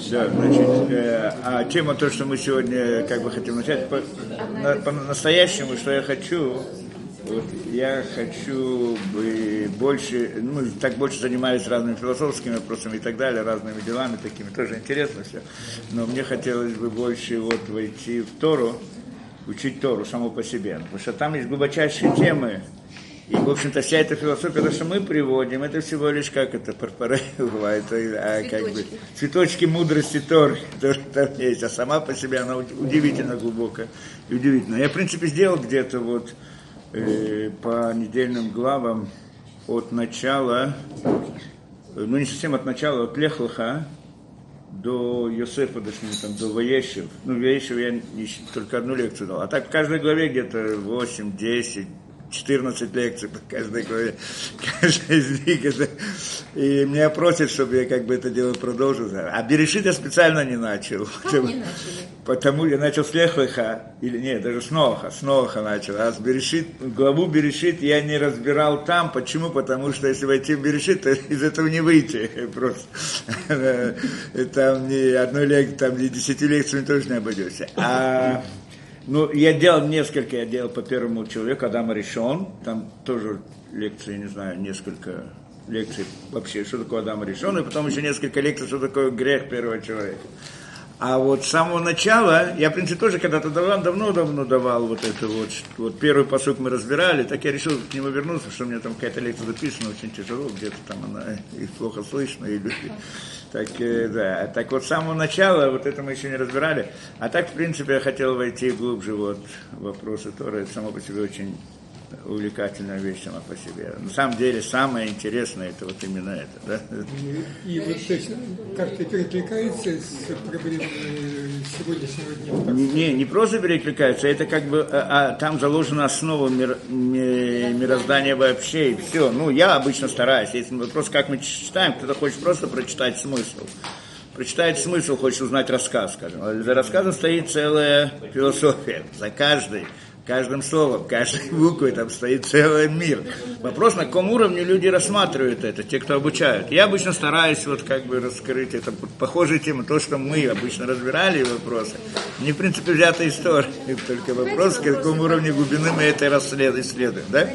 Да, значит, а тема то, что мы сегодня как бы хотим начать, по-настоящему, что я хочу, вот, я хочу бы больше, ну, так больше занимаюсь разными философскими вопросами и так далее, разными делами такими, тоже интересно все, но мне хотелось бы больше вот войти в Тору, учить Тору саму по себе, потому что там есть глубочайшие темы. И, в общем-то, вся эта философия, то, что мы приводим, это всего лишь как это, бывает, как бы, цветочки мудрости Торы, тоже там есть, а сама по себе она удивительно глубокая и удивительная. Я, в принципе, сделал где-то вот по недельным главам от начала, ну, не совсем от начала, от Лех-Леха до Йосефа, до Ваешев. Ну, Ваешев я только одну лекцию дал, а так в каждой главе где-то 8, 10, 14 лекций по каждой главе, каждая из них это... И меня просят, чтобы я как бы это дело продолжил. А Берешит я специально не начал. Потому я начал с Лех-Леха, или нет, даже с Ноаха начал. А с Берешит, главу Берешит я не разбирал там. Почему? Потому что если войти в Берешит, то из этого не выйти. Просто там ни одной лекции, там ни 10 лекций тоже не обойдешься. Ну, я делал по первому человеку, Адам Аришон, там тоже лекции, не знаю, несколько лекций вообще, что такое Адам Аришон, и потом еще несколько лекций, что такое грех первого человека. А вот с самого начала, я, в принципе, тоже когда-то давно давал вот это вот первый посук мы разбирали, так я решил к нему вернуться, что у меня там какая-то лекция записана, очень тяжело, где-то там она и плохо слышно, и так, да, так вот с самого начала, вот это мы еще не разбирали, а так, в принципе, я хотел войти глубже вот в вопросы Торы, это само по себе очень увлекательная вещь сама по себе. На самом деле, самое интересное, это вот именно это, да? И вот как-то перекликается с проблемой сегодняшнего дня? Не просто перекликается, это как бы, там заложена основа мироздания вообще, и все. Ну, я обычно стараюсь, если вопрос, как мы читаем, кто-то хочет просто прочитать смысл. Прочитает смысл, хочет узнать рассказ, скажем. А за рассказом стоит целая философия, за каждым словом, каждой буквой там стоит целый мир. Вопрос, на каком уровне люди рассматривают это, те, кто обучают. Я обычно стараюсь вот как бы раскрыть это, похожие темы, то, что мы обычно разбирали вопросы. Не, в принципе, взята история, только вопрос, на каком уровне глубины мы это исследуем, да?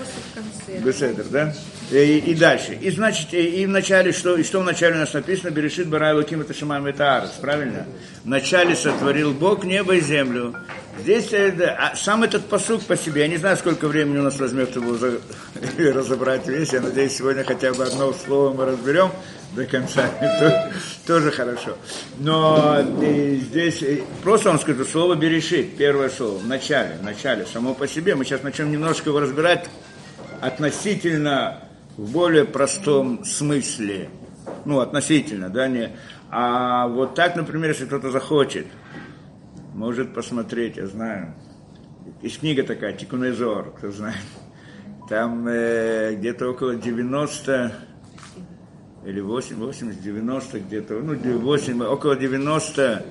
Беседер, да? И дальше. И значит, и в начале, что в начале у нас написано, Берешит bara Элоким эт ашамаим вет хаарец, правильно? В начале сотворил Бог небо и землю. Здесь сам этот пасук по себе, я не знаю, сколько времени у нас возьмет его разобрать весь, я надеюсь, сегодня хотя бы одно слово мы разберем до конца, тоже хорошо. Но здесь просто вам скажу, слово Берешит, первое слово, в начале, само по себе, мы сейчас начнем немножко его разбирать относительно в более простом смысле, ну, относительно, да, не, а вот так, например, если кто-то захочет, может посмотреть, я знаю, есть книга такая, Тикуней Зоар, кто знает, там где-то около 90 или 80, 90 где-то, ну, 8, около 90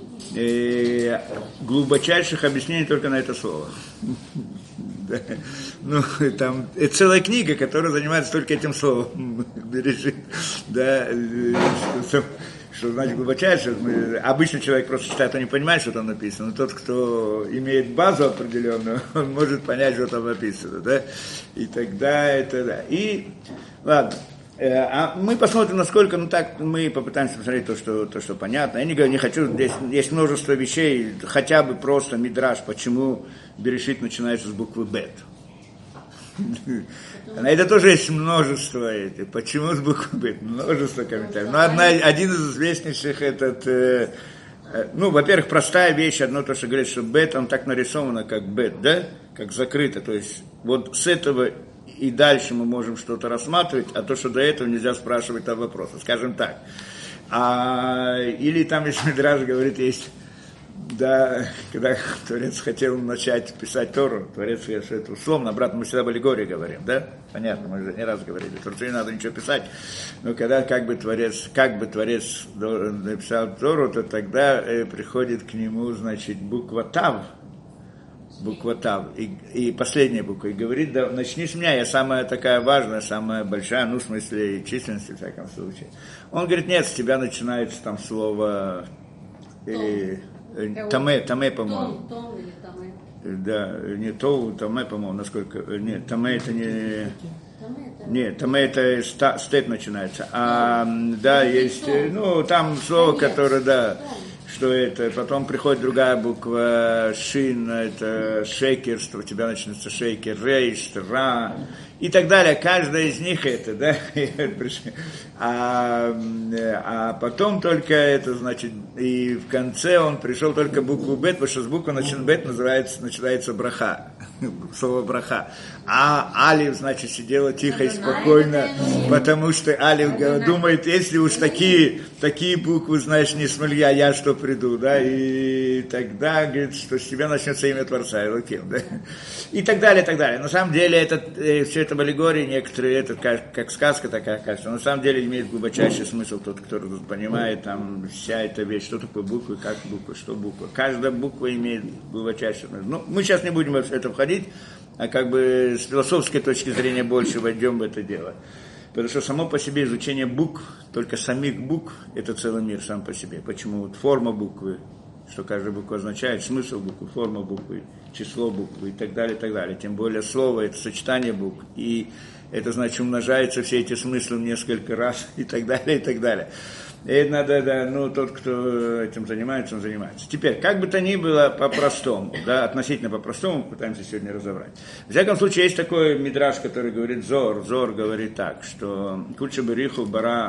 глубочайших объяснений только на это слово. Да. Ну, там это целая книга, которая занимается только этим словом. Берешит. Да, что значит глубочайше. Обычно человек просто читает, он не понимает, что там написано. Но тот, кто имеет базу определенную, он может понять, что там написано. Да? И тогда это да. И ладно. А мы посмотрим, насколько, ну так, мы попытаемся посмотреть то, что понятно. Я не хочу, здесь есть множество вещей, хотя бы просто мидраш, почему Берешит начинается с буквы Бет. На это тоже есть множество, почему с буквы Бет, множество комментариев. Но один из известнейших ну, во-первых, простая вещь, одно то, что говорит, что Бет, он так нарисовано, как Бет, да, как закрыто, то есть вот с этого и дальше мы можем что-то рассматривать, а то, что до этого нельзя спрашивать там вопросы, скажем так. Или там, если Мидраш говорит, есть, да, когда Творец хотел начать писать Тору, Творец говорит, что это условно, обратно мы всегда в аллегории говорим, да? Понятно, мы же не раз говорили, Творцу не надо ничего писать, но когда как бы Творец написал Тору, то тогда приходит к нему, значит, буква Тав, буква Тав, и последняя буква, и говорит, да, начни с меня, я самая такая важная, самая большая, ну, в смысле, численности, в всяком случае. Он говорит, нет, с тебя начинается там слово Таме, по-моему. Том или Таме. Да, не Тоу, Таме, по-моему, насколько, нет, Таме это не... Нет, там это стет начинается. Да, есть, ну, там слово, которое, да, что это, потом приходит другая буква Шин, это шейкер, что у тебя начнется шейкер, рейш, ра, и так далее. Каждая из них это, да, а потом только это, значит, и в конце он пришел только букву бет, потому что с буквы бет начинается браха, слово браха. А Алиф, значит, сидела тихо и спокойно, потому что Алиф думает, если уж такие буквы, знаешь, не смогли, а я что приду, да, и тогда, говорит, что с тебя начнется имя Творца, Элоким, да, и так далее, и так далее. На самом деле, все это в аллегории, некоторые, это как сказка такая, кажется, на самом деле имеет глубочайший смысл, тот, кто понимает, там, вся эта вещь, что такое буквы, как буква, что буква. Каждая буква имеет глубочайший смысл. Ну, мы сейчас не будем в это входить, а как бы с философской точки зрения больше войдем в это дело. Потому что само по себе изучение букв, только самих букв, это целый мир сам по себе. Почему? Вот форма буквы, что каждая буква означает, смысл буквы, форма буквы, число буквы и так далее, и так далее. Тем более слово – это сочетание букв. И это значит, умножаются все эти смыслы в несколько раз и так далее, и так далее. И это надо, да, ну, тот, кто этим занимается, он занимается. Теперь, как бы то ни было по-простому, да, относительно по-простому, пытаемся сегодня разобрать. В всяком случае, есть такой мидраш, который говорит Зор говорит так, что Кульча Бериху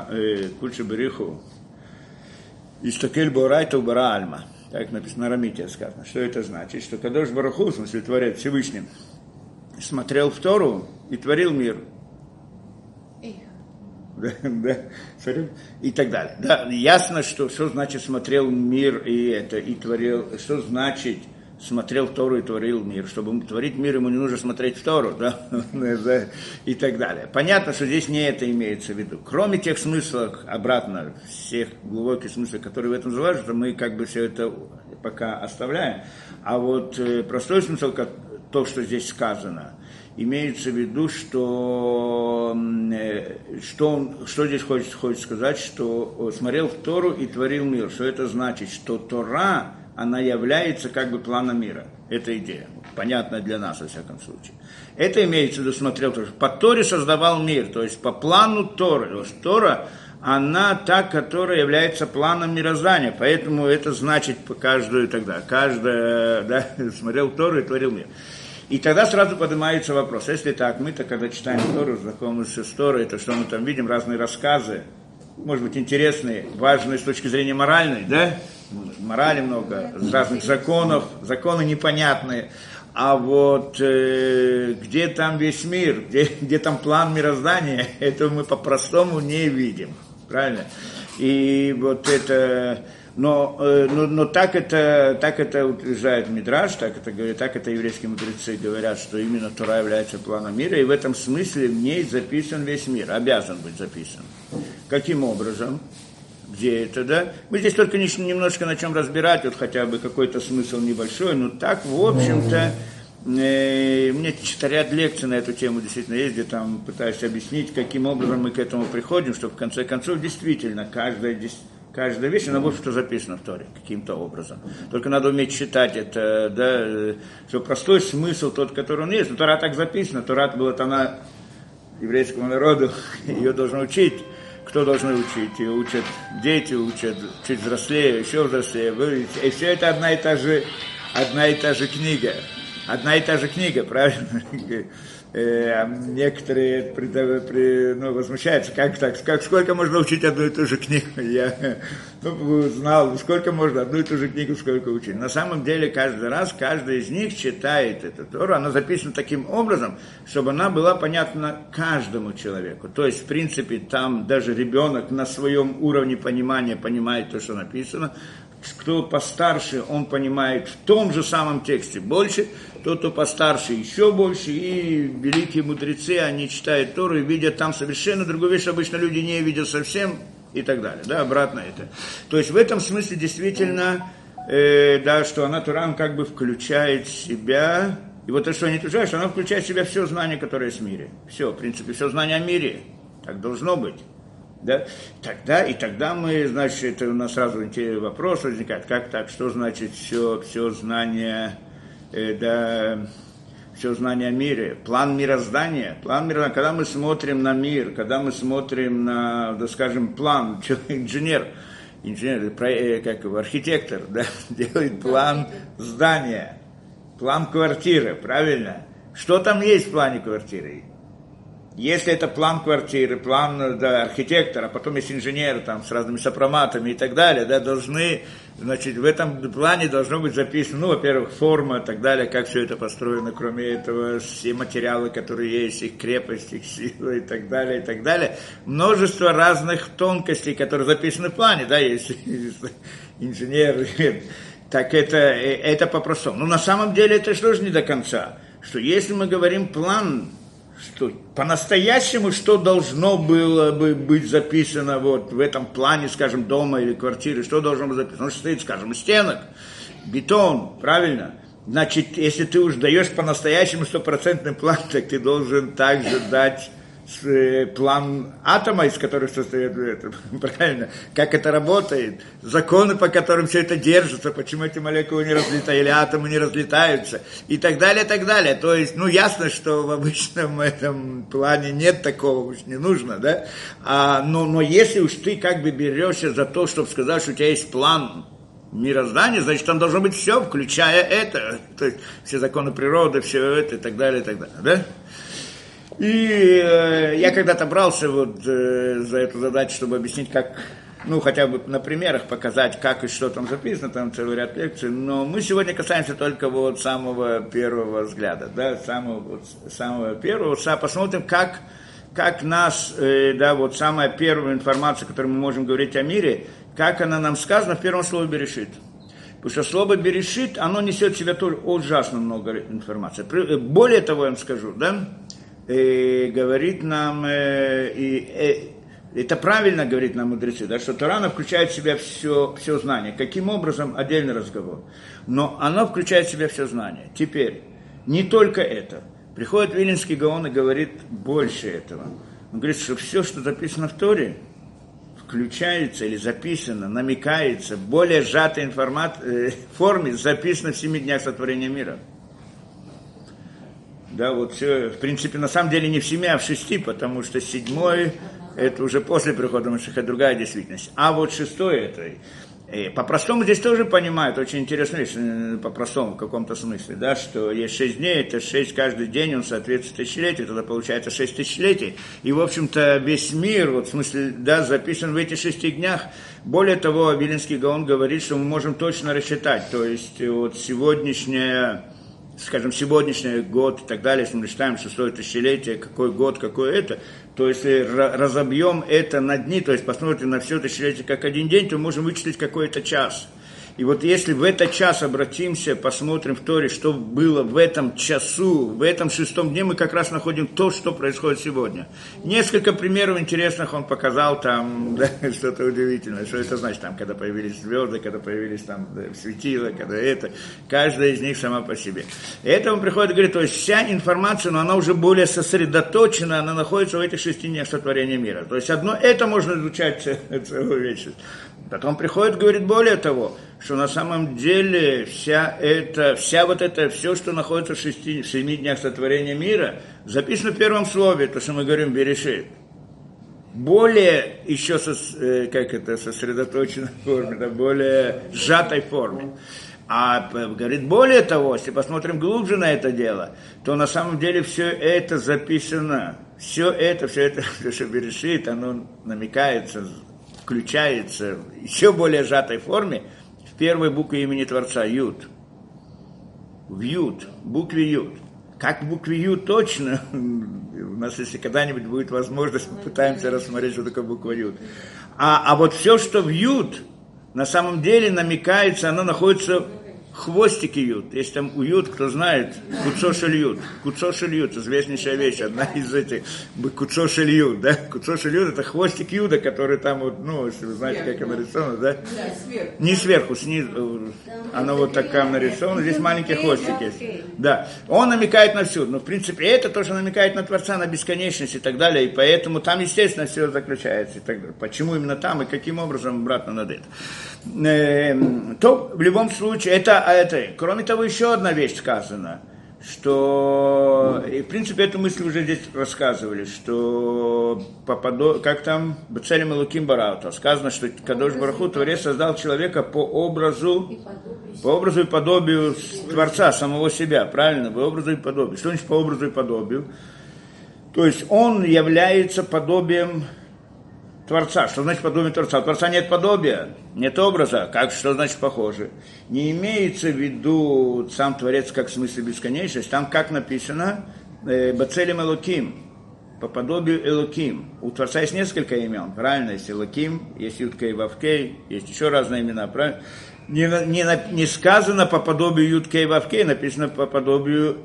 Истакель Борайту Бара Альма. Так написано на арамите сказано. Что это значит? Что Кадош Барух Ху, в смысле Творец Всевышний, смотрел в Тору и творил мир. Да, и так далее. Да, ясно, что значит смотрел мир и творил, что значит смотрел в Тору и творил мир. Чтобы творить мир, ему не нужно смотреть в Тору, да, и так далее. Понятно, что здесь не это имеется в виду. Кроме тех смыслов, обратно, всех глубоких смыслов, которые в этом заложены, мы как бы все это пока оставляем. А вот простой смысл, то, что здесь сказано, имеется в виду, что здесь хочет сказать, что смотрел в Тору и творил мир. Что это значит? Что Тора, она является как бы планом мира. Это идея. Понятно для нас, во всяком случае. Это имеется в виду, смотрел Тору. По Торе создавал мир, то есть по плану Торы. Тора, она та, которая является планом мироздания. Поэтому это значит по каждую тогда. Каждая, да, смотрел Тору и творил мир. И тогда сразу поднимается вопрос, если так, мы-то, когда читаем Тору, знакомимся с Торой, то что мы там видим, разные рассказы, может быть, интересные, важные с точки зрения моральной, да? Морали много, разных законов, законы непонятные, а вот где там весь мир, где там план мироздания, этого мы по-простому не видим, правильно? И вот это... Но так это утверждает Мидраш, так это еврейские мудрецы говорят, что именно Тора является планом мира, и в этом смысле в ней записан весь мир, обязан быть записан. Каким образом? Где это, да? Мы здесь только немножко на чем разбирать, вот хотя бы какой-то смысл небольшой, но так, в общем-то, у меня ряд лекций на эту тему действительно есть, где там пытаюсь объяснить, каким образом мы к этому приходим, чтобы в конце концов действительно каждая вещь, она вот что записана в Торе каким-то образом. Только надо уметь читать это, да, что простой смысл тот, который он есть. Но Тора так записана, Тора была дана еврейскому народу, ее должны учить. Кто должен учить? Ее учат дети, учат чуть взрослее, еще взрослее. И все это одна и та же книга. Одна и та же книга, правильно? Некоторые возмущаются, как так, сколько можно учить одну и ту же книгу? Я знал, сколько можно одну и ту же книгу, сколько учить. На самом деле, каждый раз, каждый из них читает эту Тору, она записана таким образом, чтобы она была понятна каждому человеку. То есть, в принципе, там даже ребенок на своем уровне понимания понимает то, что написано. Кто постарше, он понимает в том же самом тексте больше, тот, кто постарше, еще больше, и великие мудрецы, они читают Тору и видят там совершенно другую вещь, обычно люди не видят совсем, и так далее, да, обратно это. То есть в этом смысле действительно да, что она Туран как бы включает в себя, и вот то, что они утверждают, что она включает в себя все знание, которое есть в мире. Все, в принципе, все знание о мире. Так должно быть. Да? Тогда мы, значит, это у нас сразу вопрос возникает, как так, что значит все знание, все знание о мире, план мироздания, когда мы смотрим на мир, когда мы смотрим на, да, скажем, план, инженер, как архитектор, да, делает план здания, план квартиры, правильно? Что там есть в плане квартиры? Если это план квартиры, план, да, архитектора, потом есть инженеры там, с разными сопроматами и так далее, да, должны, значит, в этом плане должно быть записано, ну, во-первых, форма и так далее, как все это построено, кроме этого, все материалы, которые есть, их крепость, их сила и так далее, и так далее. Множество разных тонкостей, которые записаны в плане, да, есть инженеры, так это по-простому. Но на самом деле это что же не до конца, что если мы говорим план, что по-настоящему, что должно было бы быть записано вот в этом плане, скажем, дома или квартиры, что должно быть записано? Ну, что стоит, скажем, из стенок, бетон, правильно? Значит, если ты уж даешь по-настоящему стопроцентный план, так ты должен также дать план атома, из которых состоит это, правильно? Как это работает? Законы, по которым все это держится, почему эти молекулы не разлетаются, или атомы не разлетаются, и так далее, и так далее. То есть, ну, ясно, что в обычном этом плане нет такого, уж не нужно, да? Но если уж ты как бы берешься за то, чтобы сказать, что у тебя есть план мироздания, значит, там должно быть все, включая это, то есть все законы природы, все это, и так далее, да? И я когда-то брался вот за эту задачу, чтобы объяснить, как, ну, хотя бы на примерах показать, как и что там записано, там целый ряд лекций, но мы сегодня касаемся только вот самого первого взгляда, да, самого первого, посмотрим, как нас, да, вот самая первая информация, которую мы можем говорить о мире, как она нам сказана в первом слове «Берешит». Потому что слово «Берешит», оно несет в себе тоже ужасно много информации. Более того, я вам скажу, да, говорит нам, это правильно говорит нам мудрецы, да, что Тора включает в себя все знание. Каким образом, отдельный разговор. Но оно включает в себя все знание. Теперь, не только это. Приходит Вилинский Гаон и говорит больше этого. Он говорит, что все, что записано в Торе, включается или записано, намекается, в более сжатой форме записано в 7 днях сотворения мира. Да, вот все, в принципе, на самом деле не в 7, а в 6, потому что 7 это уже после прихода Машиаха, другая действительность. А вот 6 это. По-простому здесь тоже понимают, очень интересно, по-простому в каком-то смысле, да, что есть 6 дней, это 6 каждый день, он соответствует тысячелетию, тогда получается 6 тысячелетий. И, в общем-то, весь мир, вот в смысле, да, записан в этих 6 днях. Более того, Вилинский Гаон говорит, что мы можем точно рассчитать, то есть вот сегодняшний год и так далее, если мы считаем 6 тысячелетие, какой год, какой это, то если разобьем это на дни, то есть посмотрим на все тысячелетие как один день, то можем вычислить какой-то час. И вот если в этот час обратимся, посмотрим в Торе, что было в этом часу, в этом 6 дне, мы как раз находим то, что происходит сегодня. Несколько примеров интересных он показал там, да, что-то удивительное. Что это значит, там, когда появились звезды, когда появились там светила, когда это, каждая из них сама по себе. И это он приходит и говорит, то есть вся информация, но она уже более сосредоточена, она находится в этих 6 днях сотворения мира. То есть одно это можно изучать целую вечность. Потом приходит, говорит, более того, что на самом деле все, что находится в 7 днях сотворения мира, записано в первом слове, то, что мы говорим «Берешит». Более еще сосредоточенной форме, да, более сжатой форме. А говорит, более того, если посмотрим глубже на это дело, то на самом деле все это записано, все это, что Берешит, оно намекается, включается в еще более сжатой форме в первой букве имени Творца, Юд. В Юд, букве Юд. Как в букве Юд точно, у нас, если когда-нибудь будет возможность, мы пытаемся рассмотреть, что такое буква Юд. А вот все, что в Юд, на самом деле намекается, оно находится хвостики ют. Есть там уют, кто знает, куцошель ют. Куцошель ют, известнейшая вещь, одна из этих, куцошель ют, да? Куцошель ют, это хвостик юда, который там вот, ну, если вы знаете, как он нарисован, да? Не сверху, снизу, оно вот такая нарисовано, здесь маленький хвостик есть. Да, он намекает на всю, но в принципе это тоже намекает на Творца, на бесконечность и так далее, и поэтому там, естественно, все заключается и так далее. Почему именно там и каким образом обратно надо это. То в любом случае, это, кроме того, еще одна вещь сказана, что, и, в принципе, эту мысль уже здесь рассказывали, что, как там, Бецелем Элоким Бараута, сказано, что Кадош Барух Ху, Творец, создал человека по образу и подобию Творца, самого себя, правильно, по образу и подобию. Что значит по образу и подобию? То есть он является подобием Творца. Что значит подобие Творца? У Творца нет подобия, нет образа. Что значит похоже? Не имеется в виду сам Творец как в смысле бесконечность. Там как написано Бацелем Элоким, по подобию Элоким. У Творца есть несколько имен, правильно? Есть Элоким, есть Юткей Вавкей, есть еще разные имена, правильно? Не сказано по подобию Юткей Вавкей, написано по подобию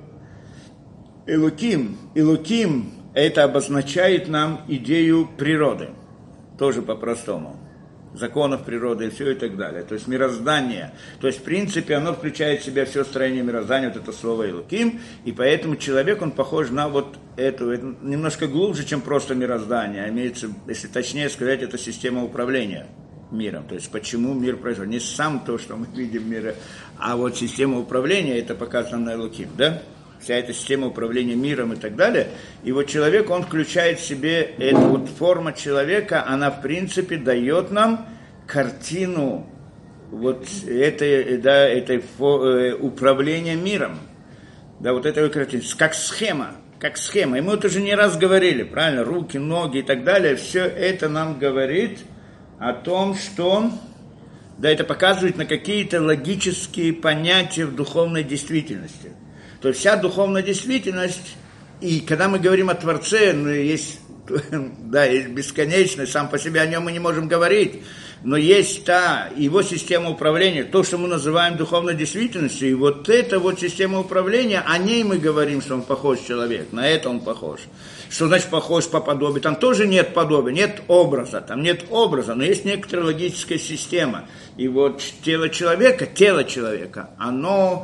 Элоким. Элоким это обозначает нам идею природы. Тоже по-простому. Законов природы и все и так далее. То есть мироздание. То есть в принципе оно включает в себя все строение мироздания, вот это слово Элоким. И поэтому человек, он похож на вот эту, это немножко глубже, чем просто мироздание. Имеется, если точнее сказать, это система управления миром. То есть почему мир происходит. Не сам то, что мы видим мира, а вот система управления, это показано на Элоким, да? Вся эта система управления миром и так далее. И вот человек, он включает в себе, эта вот форма человека, она в принципе дает нам картину вот этой управления миром. Да, вот этой картины, как схема. И мы вот уже не раз говорили, правильно, руки, ноги и так далее, все это нам говорит о том, что, да, это показывает на какие-то логические понятия в духовной действительности. То есть вся духовная действительность, и когда мы говорим о Творце, ну, есть бесконечность, сам по себе о нем мы не можем говорить, но есть та его система управления, то, что мы называем духовной действительностью, и вот эта вот система управления, о ней мы говорим, что он похож человек, на это он похож. Что значит похож по подобию? Там тоже нет подобия, нет образа, но есть некоторая логическая система. И вот тело человека, оно...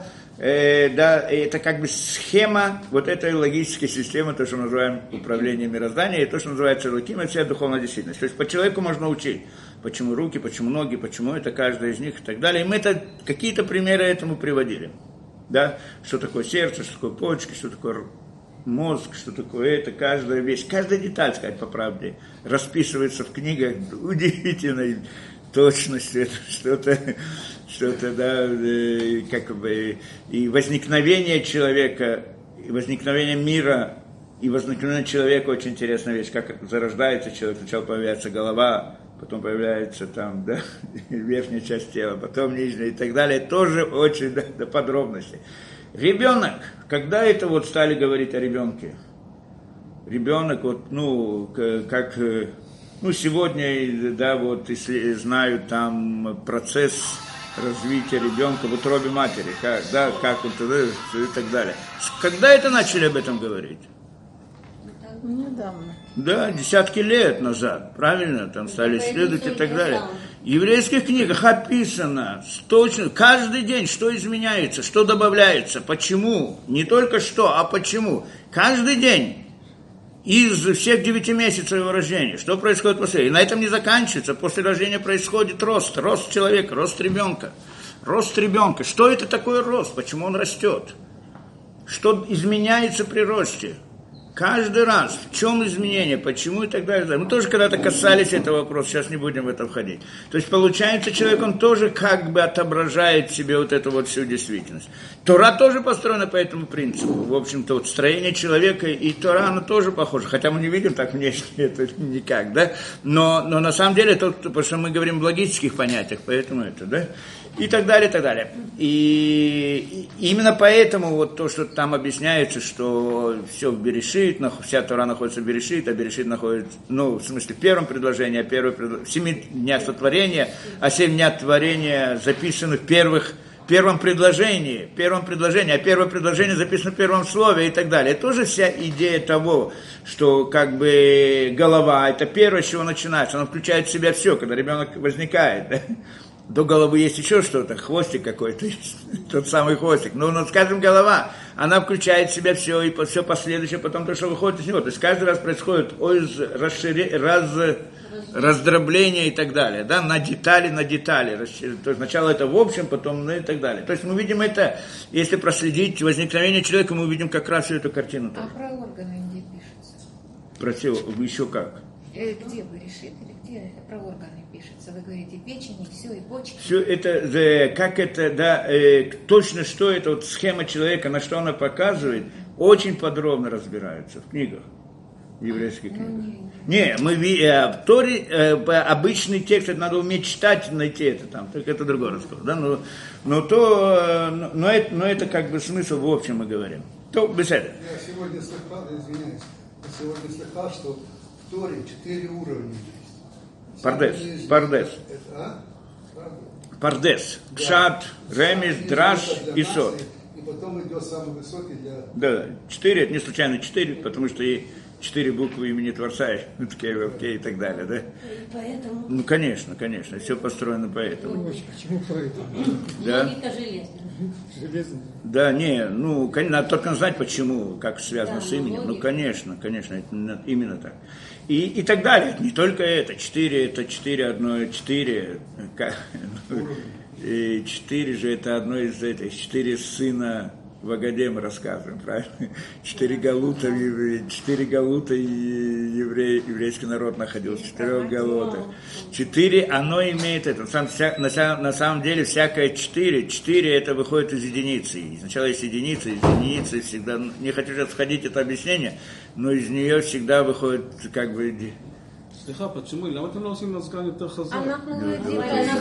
это как бы схема вот этой логической системы, то, что мы называем управлением мироздания, и то, что называется Элоким, это вся духовная действительность. То есть по человеку можно учить, почему руки, почему ноги, почему это каждая из них и так далее. И мы какие-то примеры этому приводили. Да? Что такое сердце, что такое почки, что такое мозг, что такое это, каждая вещь, каждая деталь, сказать по правде, расписывается в книгах удивительной точностью, это что-то, да, как бы, и возникновение человека, и возникновение мира, и возникновение человека очень интересная вещь, как зарождается человек, сначала появляется голова, потом появляется там, да, верхняя часть тела, потом нижняя и так далее, тоже очень до подробностей. Ребенок, когда это вот стали говорить о ребенке? Ребенок, вот, ну, как, ну, сегодня, да, вот, если знают там процесс развития ребенка в утробе матери, как вот, и так далее. Когда это начали об этом говорить? Недавно. Да, десятки лет назад, правильно, там стали исследовать и так далее. В еврейских книгах описано точно, каждый день, что изменяется, что добавляется, почему, не только что, а почему. Каждый день. Из всех 9 месяцев его рождения. Что происходит после? И на этом не заканчивается. После рождения происходит рост человека, рост ребенка. Что это такое рост? Почему он растет? Что изменяется при росте? Каждый раз. В чем изменение? Почему и так далее. Мы тоже когда-то касались этого вопроса, сейчас не будем в это входить. То есть получается, человек, он тоже как бы отображает в себе вот эту вот всю действительность. Тора тоже построена по этому принципу. В общем-то, вот строение человека и Тора, оно тоже похоже. Хотя мы не видим так внешне это никак, да? Но на самом деле, потому что мы говорим в логических понятиях, поэтому это, да? И так далее, и так далее. И именно поэтому вот то, что там объясняется, что все в Берешит, вся Тора находится в Берешит, а Берешит находится, ну, в смысле, в первом предложении, в 7 днях сотворения, а 7 дней творения записаны в первых первом предложении, а первое предложение записано в первом слове и так далее. Это тоже вся идея того, что как бы голова, это первое, с чего начинается, оно включает в себя все, когда ребенок возникает, да? До головы есть еще что-то, хвостик какой-то, тот самый хвостик. Но, скажем, голова, она включает в себя все, и все последующее, потом то, что выходит из него. То есть каждый раз происходит раздробление и так далее, да, на детали. То есть сначала это в общем, потом и так далее. То есть мы видим это, если проследить возникновение человека, мы увидим как раз всю эту картину. А про органы где пишется? Про тело, еще как? Где вы решите, или где про органы пишется? Вы говорите, печень, и все, и почки. Все это, как это, да, точно что это, вот схема человека, на что она показывает, очень подробно разбирается в книгах, в еврейских книгах. Не, мы в Торе обычный текст, это надо уметь читать, найти это там, только это другой разговор, да, но это как бы смысл в общем мы говорим. То без этого. Я сегодня слыхал, что в Торе 4 уровня есть. Пардес. Кшат, Ремес, Драш и Сот. И потом идет самый высокий для... Да, 4, это не случайно 4, потому что и 4 буквы имени Творца, и так далее, да? Поэтому... Ну, конечно, все построено поэтому. Почему поэтому? Да? Логика железная. Железная. Да, надо только знать, почему, как связано с именем. Логика. Ну, конечно, это именно так. И так далее. Не только это. 4 одно, 4. 4 же это одно из этих. 4 сына в Агаде мы рассказываем, правильно? 4 галута еврейский народ находился, 4 галутах. 4, оно имеет это. На самом деле всякое 4 это выходит из единицы. И сначала есть единица, из единицы всегда, не хочу сейчас входить в это объяснение, но из нее всегда выходит как бы... סליחה, почему? למה אתם לא עושים מזגן יותר חזק? אנחנו יודעים,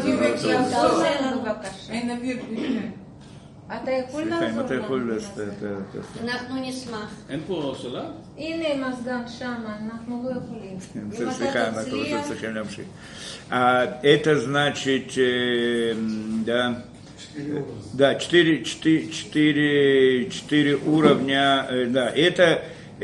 אתה יכול לעזור לנו. אנחנו נשמח. אין פה שלב? הנה מזגן שם, אנחנו לא יכולים. סליחה, אנחנו לא צריכים להמשיך. Это значит, да, 4 уровня, да, это...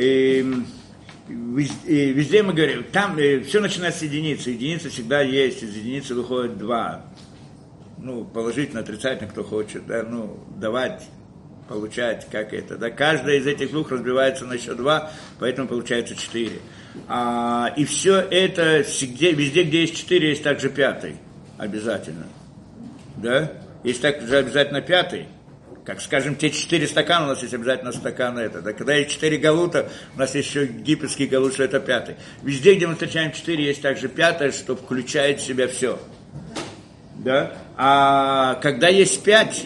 Везде мы говорим, там все начинается с единицы. Единица всегда есть, из единицы выходит 2. Положительно, отрицательно, кто хочет, да, давать, получать, как это, да. Каждая из этих двух разбивается на еще 2, поэтому получается 4. И все это, везде, где есть 4, есть также 5, обязательно, да. Есть также обязательно 5. Как, скажем, те 4 стакана, у нас есть обязательно стакан это. Да? Когда есть 4 галута, у нас есть еще египетский галут, что это 5. Везде, где мы встречаем 4, есть также 5, что включает в себя все. Да? А когда есть 5,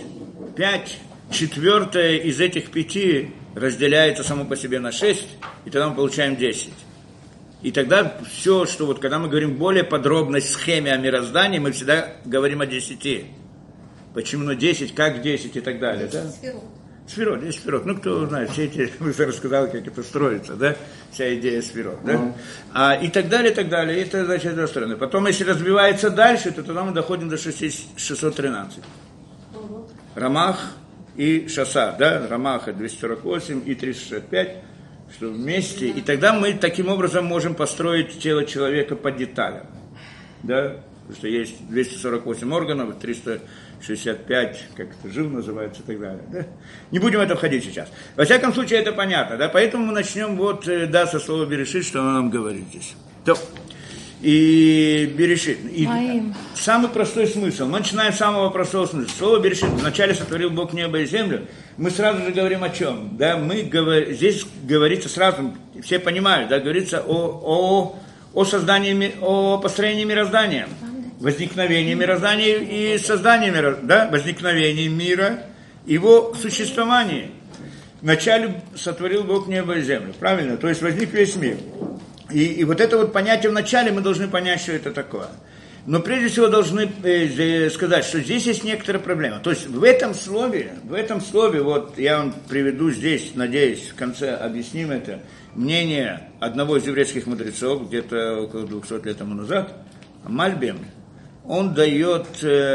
4 из этих 5 разделяется само по себе на 6, и тогда мы получаем 10. И тогда все, что вот когда мы говорим более подробной схеме о мироздании, мы всегда говорим о 10. Почему 10, как 10 и так далее, да? Сферот, есть сферот. Кто знает, все эти, вы рассказали, как это строится, да? Вся идея сферот, да? И так далее, и так далее. Это, значит, с одной стороны. Потом, если разбивается дальше, то тогда мы доходим до 613. Рамах и Шаса, да? Рамаха 248 и 365, что вместе. И тогда мы таким образом можем построить тело человека по деталям, да? Потому что есть 248 органов, 365, как это, жил называется и так далее. Да? Не будем в это входить сейчас. Во всяком случае, это понятно. Да? Поэтому мы начнем со слова «берешит», что оно нам говорит здесь. То. И «берешит». И самый простой смысл. Мы начинаем с самого простого смысла. Слово «берешит». Вначале сотворил Бог небо и землю. Мы сразу же говорим о чем? Да? Здесь говорится сразу, все понимают, да? Говорится о построении мироздания. Возникновение мироздания и создание мира, да, возникновение мира, его существование. Вначале сотворил Бог небо и землю, правильно? То есть возник весь мир. И вот это вот понятие в начале мы должны понять, что это такое. Но прежде всего должны сказать, что здесь есть некоторая проблема. То есть в этом слове, вот я вам приведу здесь, надеюсь, в конце объясним это, мнение одного из еврейских мудрецов, где-то около 200 лет тому назад, Мальбим, он дает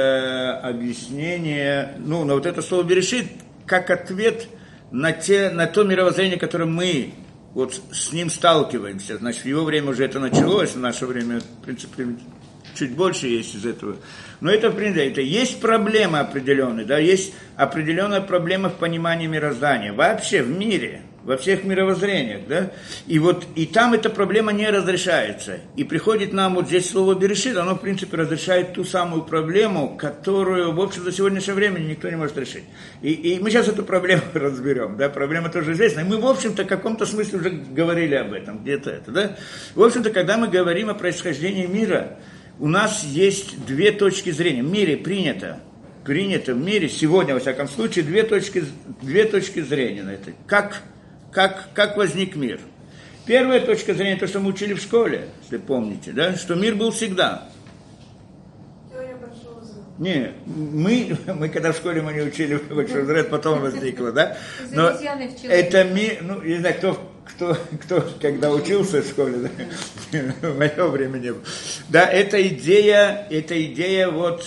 объяснение, ну, на вот это слово «берешит», как ответ на то мировоззрение, которое мы вот с ним сталкиваемся. Значит, в его время уже это началось, в наше время, в принципе, чуть больше есть из этого. Но это, в принципе, это есть проблемы определенные, да, есть определенная проблема в понимании мироздания. Вообще в мире, во всех мировоззрениях, да. И вот, и там эта проблема не разрешается. И приходит нам вот здесь слово «берешит», оно, в принципе, разрешает ту самую проблему, которую, в общем, за сегодняшнее время никто не может решить. И мы сейчас эту проблему разберем, да, проблема тоже известна. И мы, в общем-то, в каком-то смысле уже говорили об этом, где-то это, да. В общем-то, когда мы говорим о происхождении мира, у нас есть две точки зрения. В мире принято в мире, сегодня, во всяком случае, две точки зрения на это. Как возник мир? Первая точка зрения, то, что мы учили в школе, если помните, да, что мир был всегда. Теория большого взрыва. Не, мы когда в школе мы не учили большой взрыв, потом возникло, да? Но это мир, ну, не знаю, кто когда учился в школе, да? В мое время не было. Да, эта идея вот,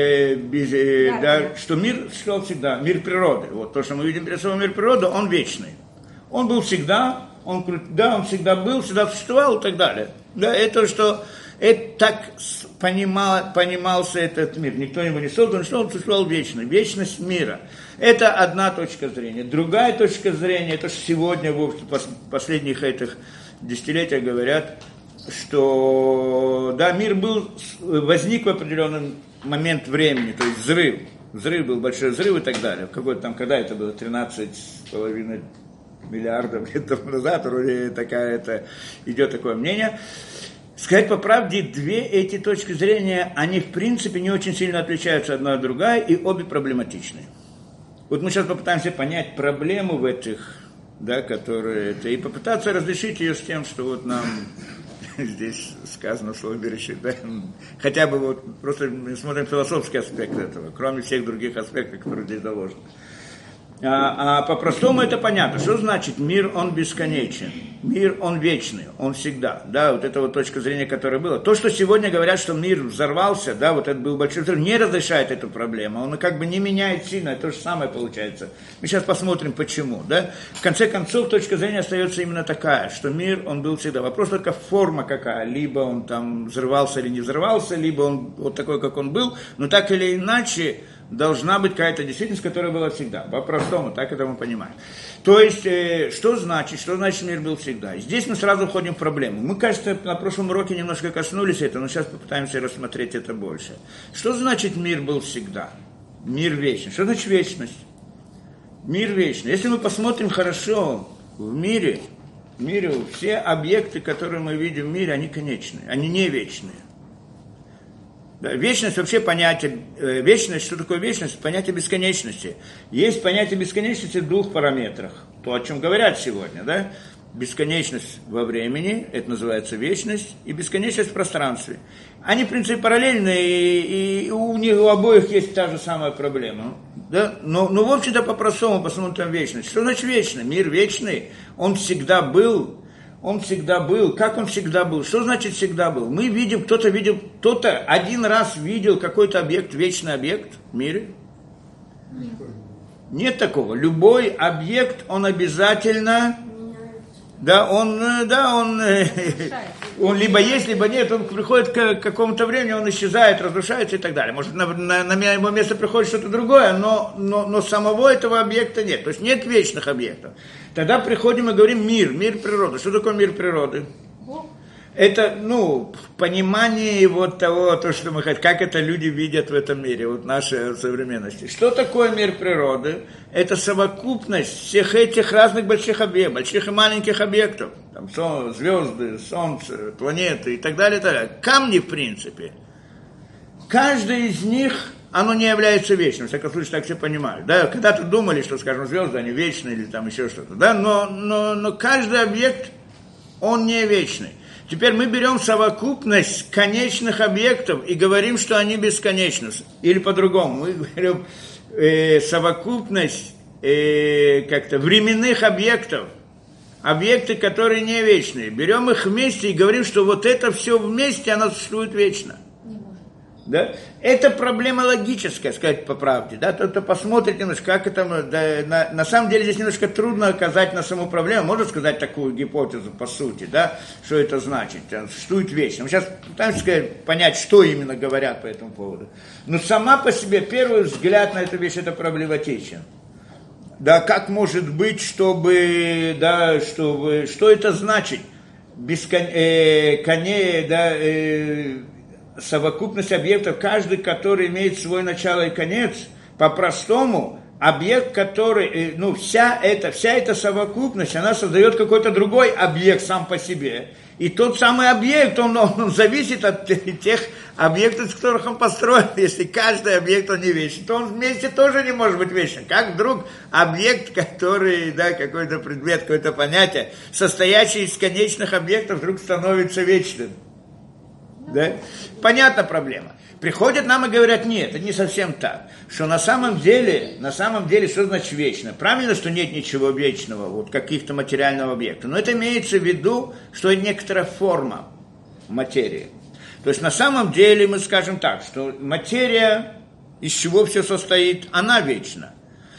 да, что мир шел всегда, мир природы. Вот то, что мы видим перед собой, мир природы, он вечный. Он был всегда, он всегда был, всегда существовал и так далее. Да, это что, это так понимался этот мир. Никто его не создал, что он существовал вечно. Вечность мира. Это одна точка зрения. Другая точка зрения, это что сегодня, в последних этих десятилетиях говорят, что да, мир возник в определенный момент времени, то есть взрыв. Взрыв был, большой взрыв и так далее. Какой-то там, когда это было, 13,5 миллиардов лет назад, вроде идет такое мнение. Сказать по правде, две эти точки зрения, они в принципе не очень сильно отличаются одна от другой, и обе проблематичны. Вот мы сейчас попытаемся понять проблему в этих, да, которые это, и попытаться разрешить ее с тем, что вот нам здесь сказано слово «берешит», да? Хотя бы вот просто мы смотрим философский аспект этого, кроме всех других аспектов, которые здесь заложены. А по-простому это понятно. Что значит мир, он бесконечен? Мир, он вечный, он всегда. Да, вот это вот точка зрения, которая была. То, что сегодня говорят, что мир взорвался, да, вот это был большой взрыв, не разрешает эту проблему. Он как бы не меняет сильно, то же самое получается. Мы сейчас посмотрим, почему, да. В конце концов, точка зрения остается именно такая, что мир, он был всегда. Вопрос только форма какая. Либо он там взрывался или не взрывался, либо он вот такой, как он был. Но так или иначе, должна быть какая-то действительность, которая была всегда. По-простому, так это мы понимаем. То есть, что значит мир был всегда? И здесь мы сразу входим в проблему. Мы, кажется, на прошлом уроке немножко коснулись этого, но сейчас попытаемся рассмотреть это больше. Что значит мир был всегда? Мир вечный. Что значит вечность? Мир вечный. Если мы посмотрим хорошо в мире все объекты, которые мы видим в мире, они конечные, они не вечные. Да, вечность вообще понятие, вечность, что такое вечность? Понятие бесконечности. Есть понятие бесконечности в двух параметрах. То, о чем говорят сегодня, да? Бесконечность во времени, это называется вечность, и бесконечность в пространстве. Они, в принципе, параллельны, и у них у обоих есть та же самая проблема. Да? Но в общем-то, по-простому посмотрим вечность. Что значит вечный? Мир вечный, он всегда был. Он всегда был. Как он всегда был? Что значит всегда был? Мы видим, кто-то один раз видел какой-то объект, вечный объект в мире? Нет такого. Любой объект, он обязательно, он либо есть, либо нет, он приходит к какому-то времени, он исчезает, разрушается и так далее. Может, на его место приходит что-то другое, но самого этого объекта нет. То есть нет вечных объектов. Тогда приходим и говорим мир природы. Что такое мир природы? Это, понимание вот того, то, что мы хотим, как это люди видят в этом мире, вот нашей современности. Что такое мир природы? Это совокупность всех этих разных больших объектов, больших и маленьких объектов. Там звезды, солнце, планеты и так далее, и так далее. Камни, в принципе. Каждый из них, оно не является вечным, в всяком случае, так все понимают. Да? Когда-то думали, что, скажем, звезды, они вечные или там еще что-то. Да? Но каждый объект, он не вечный. Теперь мы берем совокупность конечных объектов и говорим, что они бесконечны. Или по-другому, мы берем совокупность временных объектов, объекты, которые не вечные. Берем их вместе и говорим, что вот это все вместе, оно существует вечно. Да? Это проблема логическая, сказать по правде. Да? Кто-то посмотрит немножко, как это... Да, на самом деле здесь немножко трудно оказать на саму проблему. Можно сказать такую гипотезу по сути, да? Что это значит? Существует вечно. Мы сейчас пытаемся понять, что именно говорят по этому поводу. Но сама по себе, первый взгляд на эту вещь, это проблематичен. Да, как может быть, что это значит? Совокупность объектов, каждый, который имеет свой начало и конец, по-простому, объект, который, вся эта совокупность, она создает какой-то другой объект сам по себе. И тот самый объект, он зависит от тех объектов, из которых он построен. Если каждый объект, он не вечный, то он вместе тоже не может быть вечным. Как вдруг объект, который, какой-то предмет, какое-то понятие, состоящий из конечных объектов, вдруг становится вечным. Да? Понятна проблема. Приходят нам и говорят, нет, это не совсем так. Что на самом деле, что значит вечно? Правильно, что нет ничего вечного, вот каких-то материального объекта. Но это имеется в виду, что это некоторая форма материи. То есть на самом деле мы скажем так, что материя, из чего все состоит, она вечна.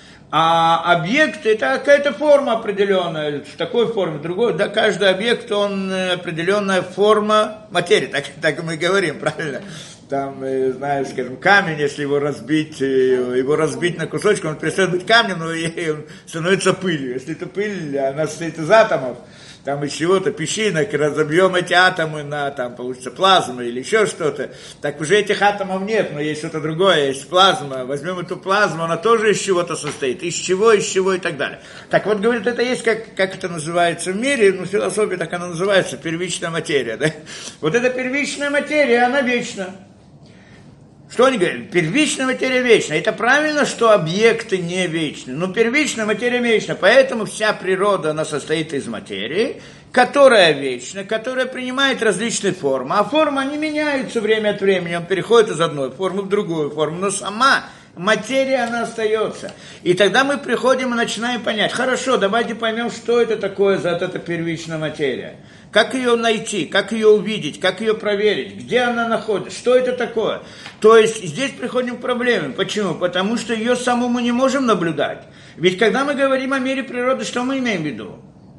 А объект – это какая-то форма определенная, в такой форме, в другой. Да, каждый объект, он определенная форма материи, так мы говорим, правильно? Там, скажем, камень, если его разбить на кусочки, он перестает быть камнем, но он становится пылью. Если это пыль, она состоит из атомов, там из чего-то, песчинок, разобьем эти атомы на, там, получится плазма или еще что-то, так уже этих атомов нет, но есть что-то другое, есть плазма, возьмем эту плазму, она тоже из чего-то состоит, из чего и так далее. Так вот, говорит, это есть, как это называется в мире, в философии так она называется, первичная материя, да? Вот эта первичная материя, она вечна. Что они говорят? Первичная материя вечна. Это правильно, что объекты не вечны. Но первичная материя вечна. Поэтому вся природа, она состоит из материи, которая вечна, которая принимает различные формы. А формы, они меняются время от времени. Он переходит из одной формы в другую форму. Но сама материя, она остается. И тогда мы приходим и начинаем понять. Хорошо, давайте поймем, что это такое за эта первичная материя. Как ее найти, как ее увидеть, как ее проверить, где она находится, что это такое. То есть здесь приходим к проблеме. Почему? Потому что ее саму мы не можем наблюдать. Ведь когда мы говорим о мире природы, что мы имеем в виду?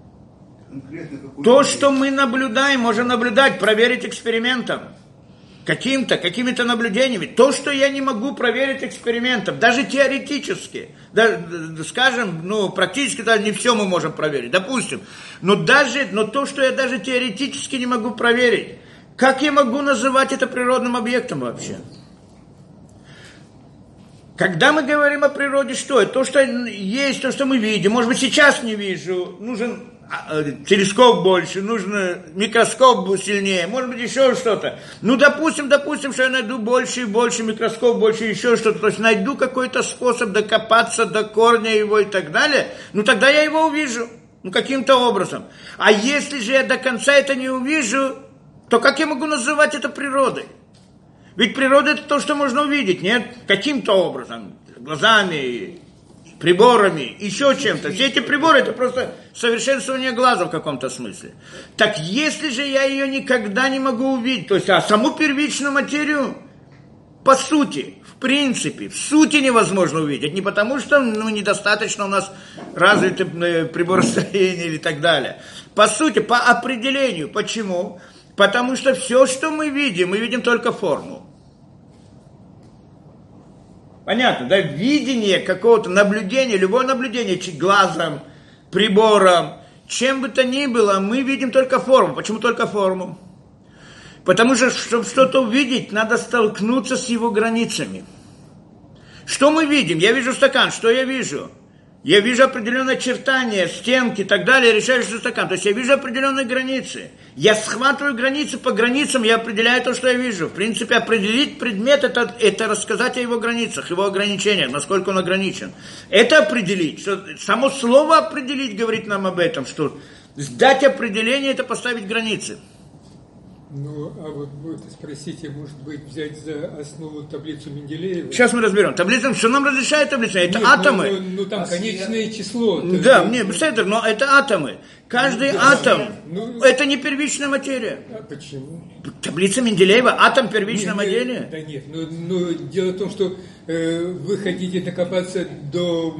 То, что мы наблюдаем, можем наблюдать, проверить экспериментом. Какими-то наблюдениями. То, что я не могу проверить экспериментом, даже теоретически, скажем, практически даже не все мы можем проверить, допустим, но то, что я даже теоретически не могу проверить, как я могу называть это природным объектом вообще? Когда мы говорим о природе, что это? То, что есть, то, что мы видим, может быть, сейчас не вижу, нужен телескоп больше, нужно микроскоп сильнее, может быть, еще что-то. Допустим, что я найду больше и больше микроскоп, больше еще что-то, то есть найду какой-то способ докопаться до корня его и так далее, тогда я его увижу, каким-то образом. А если же я до конца это не увижу, то как я могу называть это природой? Ведь природа – это то, что можно увидеть, нет? Каким-то образом, глазами, приборами, еще чем-то. Все эти приборы – это просто совершенствование глаза в каком-то смысле. Так если же я ее никогда не могу увидеть, то есть саму первичную материю, по сути, в принципе, в сути невозможно увидеть. Не потому, что недостаточно у нас развито приборостроение или так далее. По сути, по определению. Почему? Потому что все, что мы видим только форму. Понятно, да? Видение какого-то наблюдения, любое наблюдение, глазом, прибором, чем бы то ни было, мы видим только форму. Почему только форму? Потому что, чтобы что-то увидеть, надо столкнуться с его границами. Что мы видим? Я вижу стакан, что я вижу? Я вижу определенные очертания, стенки и так далее, решаю, что стакан. То есть я вижу определенные границы. Я схватываю границы, по границам я определяю то, что я вижу. В принципе, определить предмет это рассказать о его границах, его ограничениях, насколько он ограничен. Это определить. Что, само слово определить говорит нам об этом, что дать определение – это поставить границы. Ну, а вот спросите, может быть, взять за основу таблицу Менделеева? Сейчас мы разберем. Таблица, что нам разрешает таблица? Это Нет, атомы. Ну, там конечное число. Да, не, беседер, но это атомы. Каждый атом, это не первичная материя. А почему? Таблица Менделеева, атом первичная материя. Да нет, но дело в том, что вы хотите докопаться до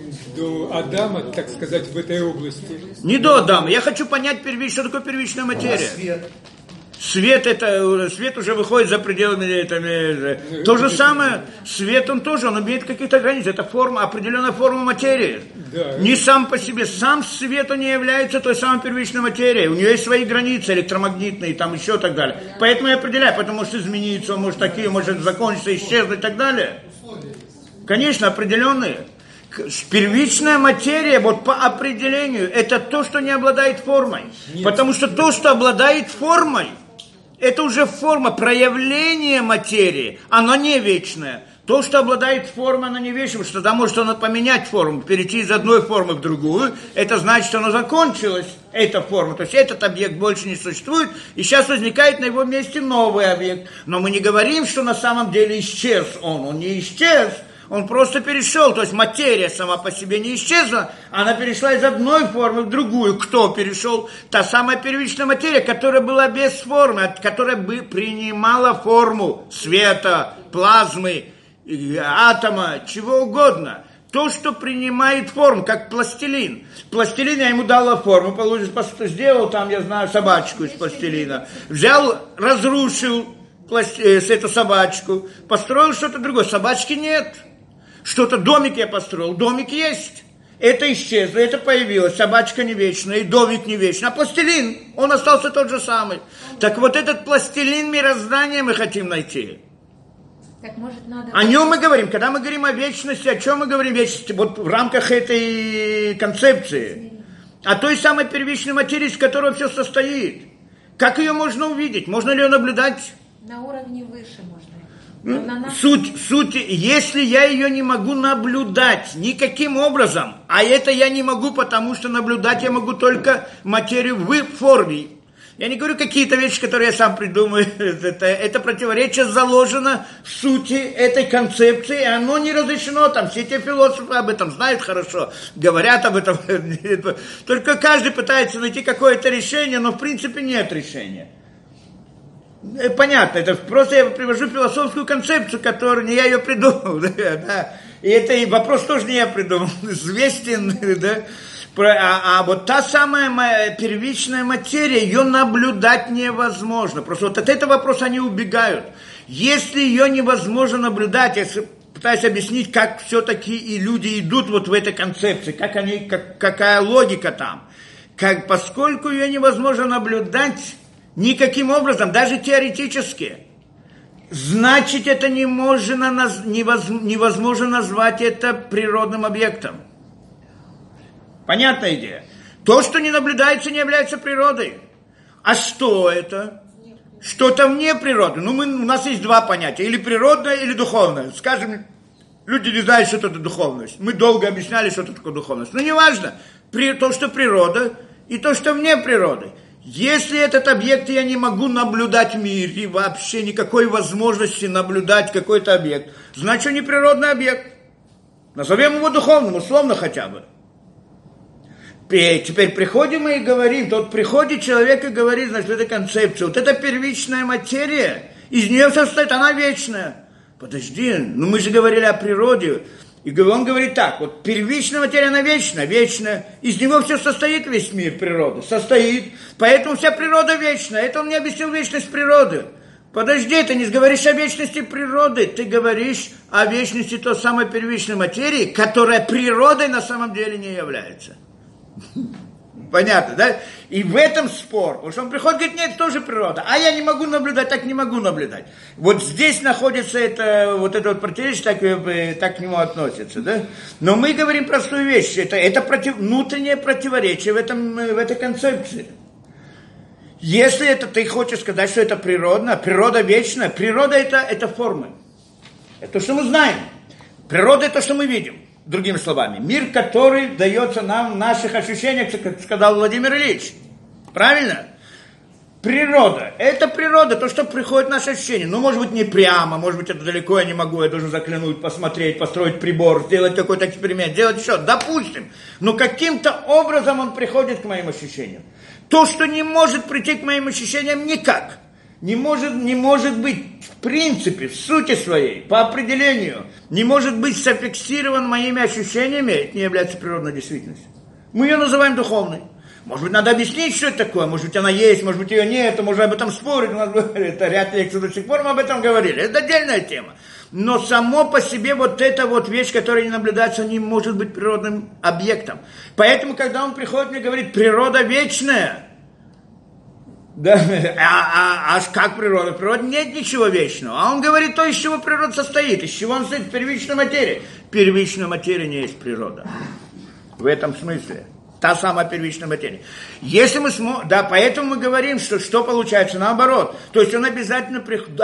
Адама, так сказать, в этой области. Не до Адама. Я хочу понять, что такое первичная материя. Свет уже выходит за пределами. То же самое, свет он имеет какие-то границы. Это форма, определенная форма материи. Да. Не сам по себе. Сам свет он не является той самой первичной материей. У нее есть свои границы электромагнитные, там еще и так далее. Поэтому я определяю, потому что измениться, он может такие, может закончиться, исчезнуть и так далее. Конечно, определенные. Первичная материя, вот по определению, это то, что не обладает формой. Нет. Потому что то, что обладает формой, это уже форма, проявление материи, оно не вечное. То, что обладает формой, оно не вечное, потому что тогда может оно поменять форму, перейти из одной формы в другую. Это значит, что оно закончилось, эта форма. То есть этот объект больше не существует, и сейчас возникает на его месте новый объект. Но мы не говорим, что на самом деле исчез он не исчез. Он просто перешел, то есть материя сама по себе не исчезла, она перешла из одной формы в другую. Кто перешел? Та самая первичная материя, которая была без формы, которая бы принимала форму света, плазмы, атома, чего угодно. То, что принимает форму, как пластилин. Пластилин я ему дала форму, сделал там, я знаю, собачку из пластилина. Взял, разрушил эту собачку, построил что-то другое. Собачки нет. Что-то домик я построил, домик есть. Это исчезло, это появилось. Собачка не вечная, и домик не вечный. А пластилин, он остался тот же самый. Так вот этот пластилин мироздания мы хотим найти. Так, может, надо... О нем мы говорим. Когда мы говорим о вечности, о чем мы говорим о вечности? Вот в рамках этой концепции. О той самой первичной материи, из которой все состоит. Как ее можно увидеть? Можно ли ее наблюдать? На уровне выше можно. Суть, если я ее не могу наблюдать никаким образом, а это я не могу, потому что наблюдать я могу только материю в форме. Я не говорю какие-то вещи, которые я сам придумаю. Это противоречие заложено в сути этой концепции, и оно не разрешено. Там все эти философы об этом знают хорошо, говорят об этом. Только каждый пытается найти какое-то решение, но в принципе нет решения. Понятно, это просто я привожу философскую концепцию, которую не я ее придумал, да. И это и вопрос тоже не я придумал, известен, да. А вот та самая первичная материя, ее наблюдать невозможно. Просто вот от этого вопроса они убегают. Если ее невозможно наблюдать, я пытаюсь объяснить, как все-таки и люди идут вот в этой концепции, какая логика там. Поскольку ее невозможно наблюдать никаким образом, даже теоретически, значит, это невозможно назвать это природным объектом. Понятная идея? То, что не наблюдается, не является природой. А что это? Что-то вне природы. У нас есть два понятия. Или природное, или духовное. Скажем, люди не знают, что это духовность. Мы долго объясняли, что это такое духовность. Но неважно. То, что природа, и то, что вне природы. Если этот объект я не могу наблюдать в мире, вообще никакой возможности наблюдать какой-то объект, значит, он не природный объект. Назовем его духовным, условно хотя бы. Теперь приходим и говорим, вот приходит человек и говорит, значит, эта концепция, вот эта первичная материя, из нее состоит, она вечная. Подожди, мы же говорили о природе. И он говорит так, вот первичная материя, она вечная, из него все состоит, весь мир природы, состоит, поэтому вся природа вечная, это он мне объяснил вечность природы. Подожди, ты не говоришь о вечности природы, ты говоришь о вечности той самой первичной материи, которая природой на самом деле не является. Понятно, да? И в этом спор. Потому что он приходит и говорит, нет, это тоже природа. А я не могу наблюдать, так не могу наблюдать. Вот здесь находится это противоречие, так к нему относится, да? Но мы говорим простую вещь. Это внутреннее противоречие в этой концепции. Если ты хочешь сказать, что это природно, природа вечная, природа это формы. Это то, что мы знаем. Природа это то, что мы видим. Другими словами, мир, который дается нам в наших ощущениях, как сказал Владимир Ильич. Правильно? Природа. Это природа, то, что приходит в наше ощущение. Ну, может быть, не прямо, может быть, это далеко я не могу, я должен заглянуть, посмотреть, построить прибор, сделать какой-то эксперимент, сделать еще, допустим. Но каким-то образом он приходит к моим ощущениям. То, что не может прийти к моим ощущениям никак, не может быть в принципе, в сути своей, по определению, не может быть зафиксирован моими ощущениями, это не является природной действительностью. Мы ее называем духовной. Может быть, надо объяснить, что это такое. Может быть, она есть, может быть, ее нет. Можно об этом спорить. У нас это ряд лекций до сих пор мы об этом говорили. Это отдельная тема. Но само по себе вот эта вот вещь, которая не наблюдается, не может быть природным объектом. Поэтому, когда он приходит мне говорит, природа вечная. Да, аж как природа? В природе нет ничего вечного. А он говорит то, из чего природа состоит. Из чего он состоит? Первичная материя. Первичная материя не есть природа. В этом смысле. Та самая первичная материя. Если мы да, поэтому мы говорим, что получается наоборот. То есть он обязательно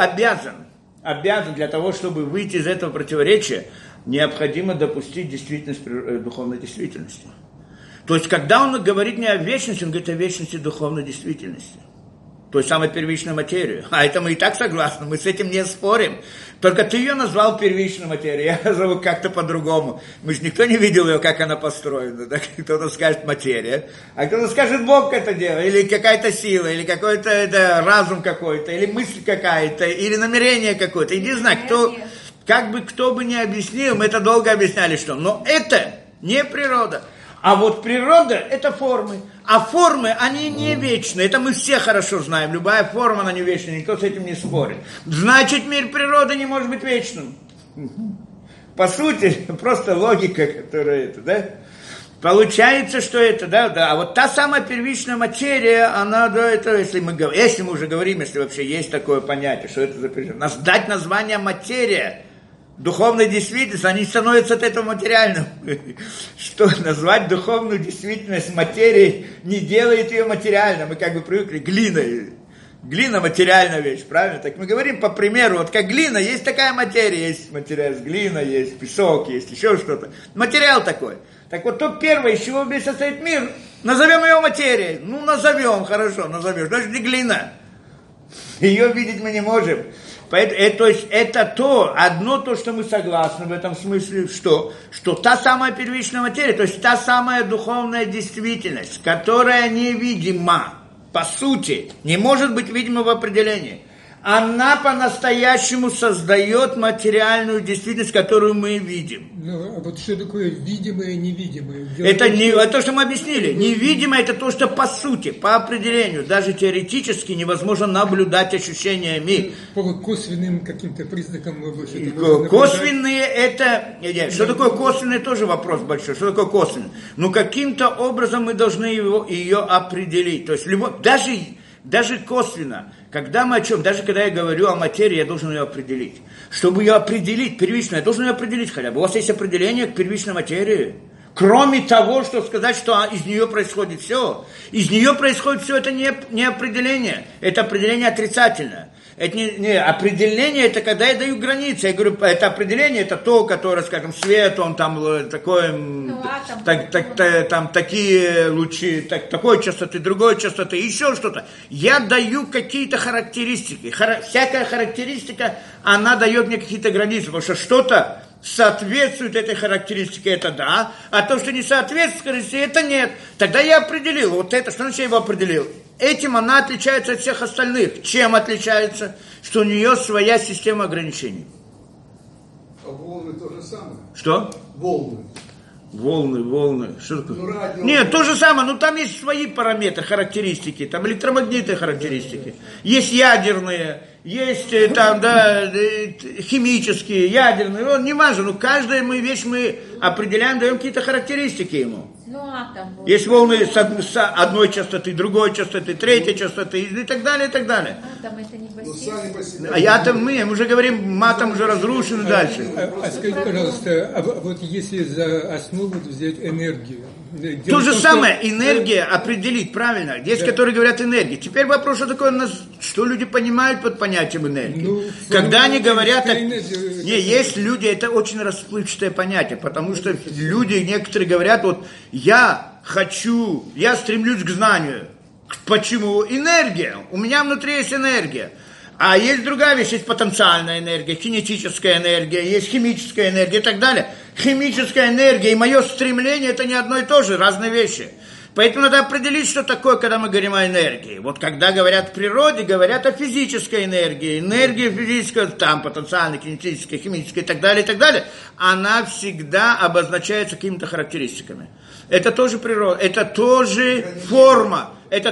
обязан для того, чтобы выйти из этого противоречия, необходимо допустить действительность духовной действительности. То есть, когда он говорит не о вечности, он говорит о вечности духовной действительности. Той самой первичной материи. А это мы и так согласны, мы с этим не спорим. Только ты ее назвал первичной материей, я зову как-то по-другому. Мы же никто не видел ее, как она построена. Да? Кто-то скажет материя, а кто-то скажет Бог это делает, или какая-то сила, или какой-то это, разум какой-то, или мысль какая-то, или намерение какое-то. И не знаю, кто бы ни объяснил, мы это долго объясняли, что. Но это не природа. А вот природа – это формы. А формы, они не вечные. Это мы все хорошо знаем. Любая форма, она не вечная. Никто с этим не спорит. Значит, мир природы не может быть вечным. По сути, просто логика, которая это, да? Получается, что это, да. А вот та самая первичная материя, она, да, это, если мы уже говорим, если вообще есть такое понятие, что это за первичная. Дать название материя, духовной действительности, они становятся от этого материальным. Что назвать духовную действительность материей не делает ее материальной. Мы как бы привыкли глиной. Глина материальная вещь, правильно? Так мы говорим по примеру, вот как глина, есть такая материя, есть материал с глиной, есть песок, есть еще что-то. Материал такой. Так вот то первое, из чего весь состоит мир, назовем ее материей. Ну, назовем, хорошо, назовем. Значит, не глина. Ее видеть мы не можем. Поэтому, то есть это одно то, что мы согласны в этом смысле, что та самая первичная материя, то есть та самая духовная действительность, которая невидима, по сути, не может быть видима в определении, она по-настоящему создает материальную действительность, которую мы видим. Ну, а вот что такое видимое и невидимое? Это то, что мы объяснили. Невидимое – это то, что по сути, по определению, даже теоретически невозможно наблюдать ощущениями. По косвенным каким-то признакам. Косвенные – это… Что такое косвенное, тоже вопрос большой. Что такое косвенное? Ну, каким-то образом мы должны ее определить. То есть, даже косвенно, даже когда я говорю о материи, я должен ее определить. Чтобы ее определить, первичную, я должен ее определить хотя бы. У вас есть определение к первичной материи? Кроме того, что сказать, что из нее происходит все. Из нее происходит все, это не определение, это определение отрицательное. Это не определение, это когда я даю границы. Я говорю, это определение, это то, которое, скажем, свет, он там такой, там такие лучи, такой частоты, другой частоты, еще что-то. Я даю какие-то характеристики. Всякая характеристика, она дает мне какие-то границы, потому что что-то соответствует этой характеристике, это да, а то, что не соответствует характеристике, это нет. Тогда я определил, вот это, что значит я его определил? Этим она отличается от всех остальных. Чем отличается? Что у нее своя система ограничений. А волны то же самое? Что? Волны. Что такое? Нет, то же самое, но там есть свои параметры, характеристики, там электромагнитные характеристики. Есть ядерные, есть там, да, химические, ядерные, не важно, но каждую вещь мы определяем, даем какие-то характеристики ему. Есть волны с одной частоты, другой частоты, третьей частоты и так далее, и так далее. Атом это не бассейн. А атом мы уже говорим, атом уже разрушен и дальше. Скажите, пожалуйста, вот если за основу взять энергию. То же самое, энергия определить, правильно? Есть, которые говорят энергия. Теперь вопрос, что такое, что люди понимают под понятием энергии. Когда они говорят, есть люди, это очень расплывчатое понятие, потому что люди, некоторые говорят, вот я стремлюсь к знанию. Почему? Энергия. У меня внутри есть энергия. А есть другая вещь, есть потенциальная энергия, кинетическая энергия, есть химическая энергия и так далее. Химическая энергия и мое стремление – это не одно и то же, разные вещи. Поэтому надо определить, что такое, когда мы говорим о энергии. Вот когда говорят о природе, говорят о физической энергии. Энергия физическая, там потенциальная, кинетическая, химическая и так далее, она всегда обозначается какими-то характеристиками. Это тоже природа, это тоже форма,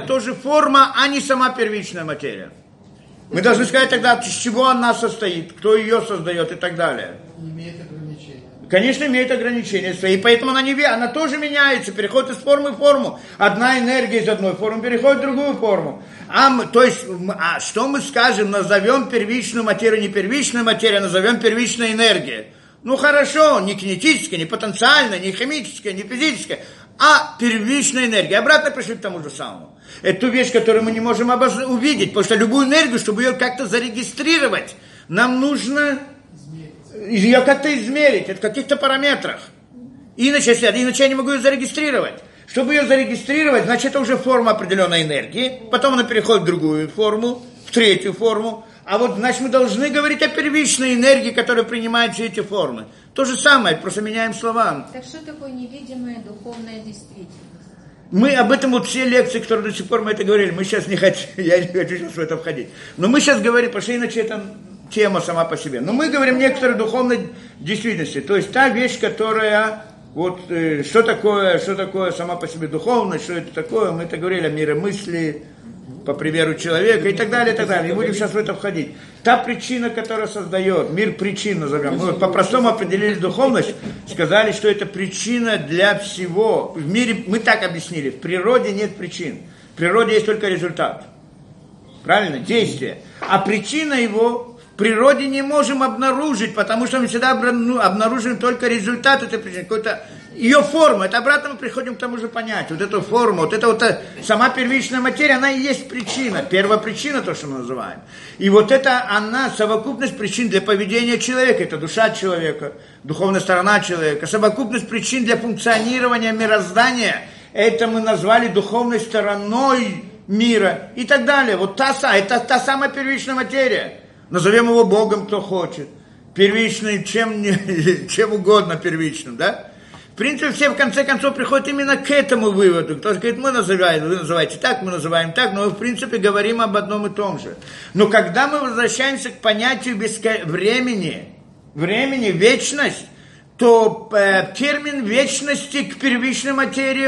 а не сама первичная материя. Мы должны сказать тогда, из чего она состоит, кто ее создает и так далее. Имеет ограничения. Конечно, имеет ограничения свои, поэтому она тоже меняется, переходит из формы в форму. Одна энергия из одной формы переходит в другую форму. Что мы скажем, назовем первичную материю не первичной материей, а назовем первичной энергией. Ну хорошо, не кинетическая, не потенциальная, не химическая, не физическая, а первичная энергия. Обратно пришли к тому же самому. Это ту вещь, которую мы не можем увидеть, потому что любую энергию, чтобы ее как-то зарегистрировать, нам нужно ее как-то измерить, это в каких-то параметрах. Иначе я не могу ее зарегистрировать. Чтобы ее зарегистрировать, значит, это уже форма определенной энергии, потом она переходит в другую форму, в третью форму. А вот, значит, мы должны говорить о первичной энергии, которая принимает все эти формы. То же самое, просто меняем слова. Так что такое невидимая духовная действительность? Мы об этом вот все лекции, которые до сих пор мы это говорили, мы сейчас не хотим, я не хочу сейчас в это входить. Но мы сейчас говорим, потому что иначе это тема сама по себе. Но мы говорим некоторые духовной действительности. То есть та вещь, которая, вот, что такое сама по себе духовность, что это такое, мы это говорили о мире мысли, по примеру человека и так далее, и так далее. Не будем сейчас в это входить. Та причина, которая создает, мир причин назовем. Мы вот по-простому определили духовность, сказали, что это причина для всего. В мире, мы так объяснили, в природе нет причин. В природе есть только результат. Правильно? Действие. А причина его в природе не можем обнаружить, потому что мы всегда обнаружим только результат этой причины, какой-то ее форма. Это обратно мы приходим к тому же понятию. Вот эту форму, вот эта вот сама первичная материя, она и есть причина. Первопричина, то, что мы называем. И вот это она, совокупность причин для поведения человека. Это душа человека, духовная сторона человека. Совокупность причин для функционирования мироздания. Это мы назвали духовной стороной мира и так далее. Вот это та самая первичная материя. Назовем его Богом, кто хочет. Первичный, чем угодно первичным, да? В принципе, все в конце концов приходят именно к этому выводу. Кто-то говорит, мы называем, вы называете так, мы называем так, но мы, в принципе, говорим об одном и том же. Но когда мы возвращаемся к понятию времени, вечность, то термин вечности к первичной материи,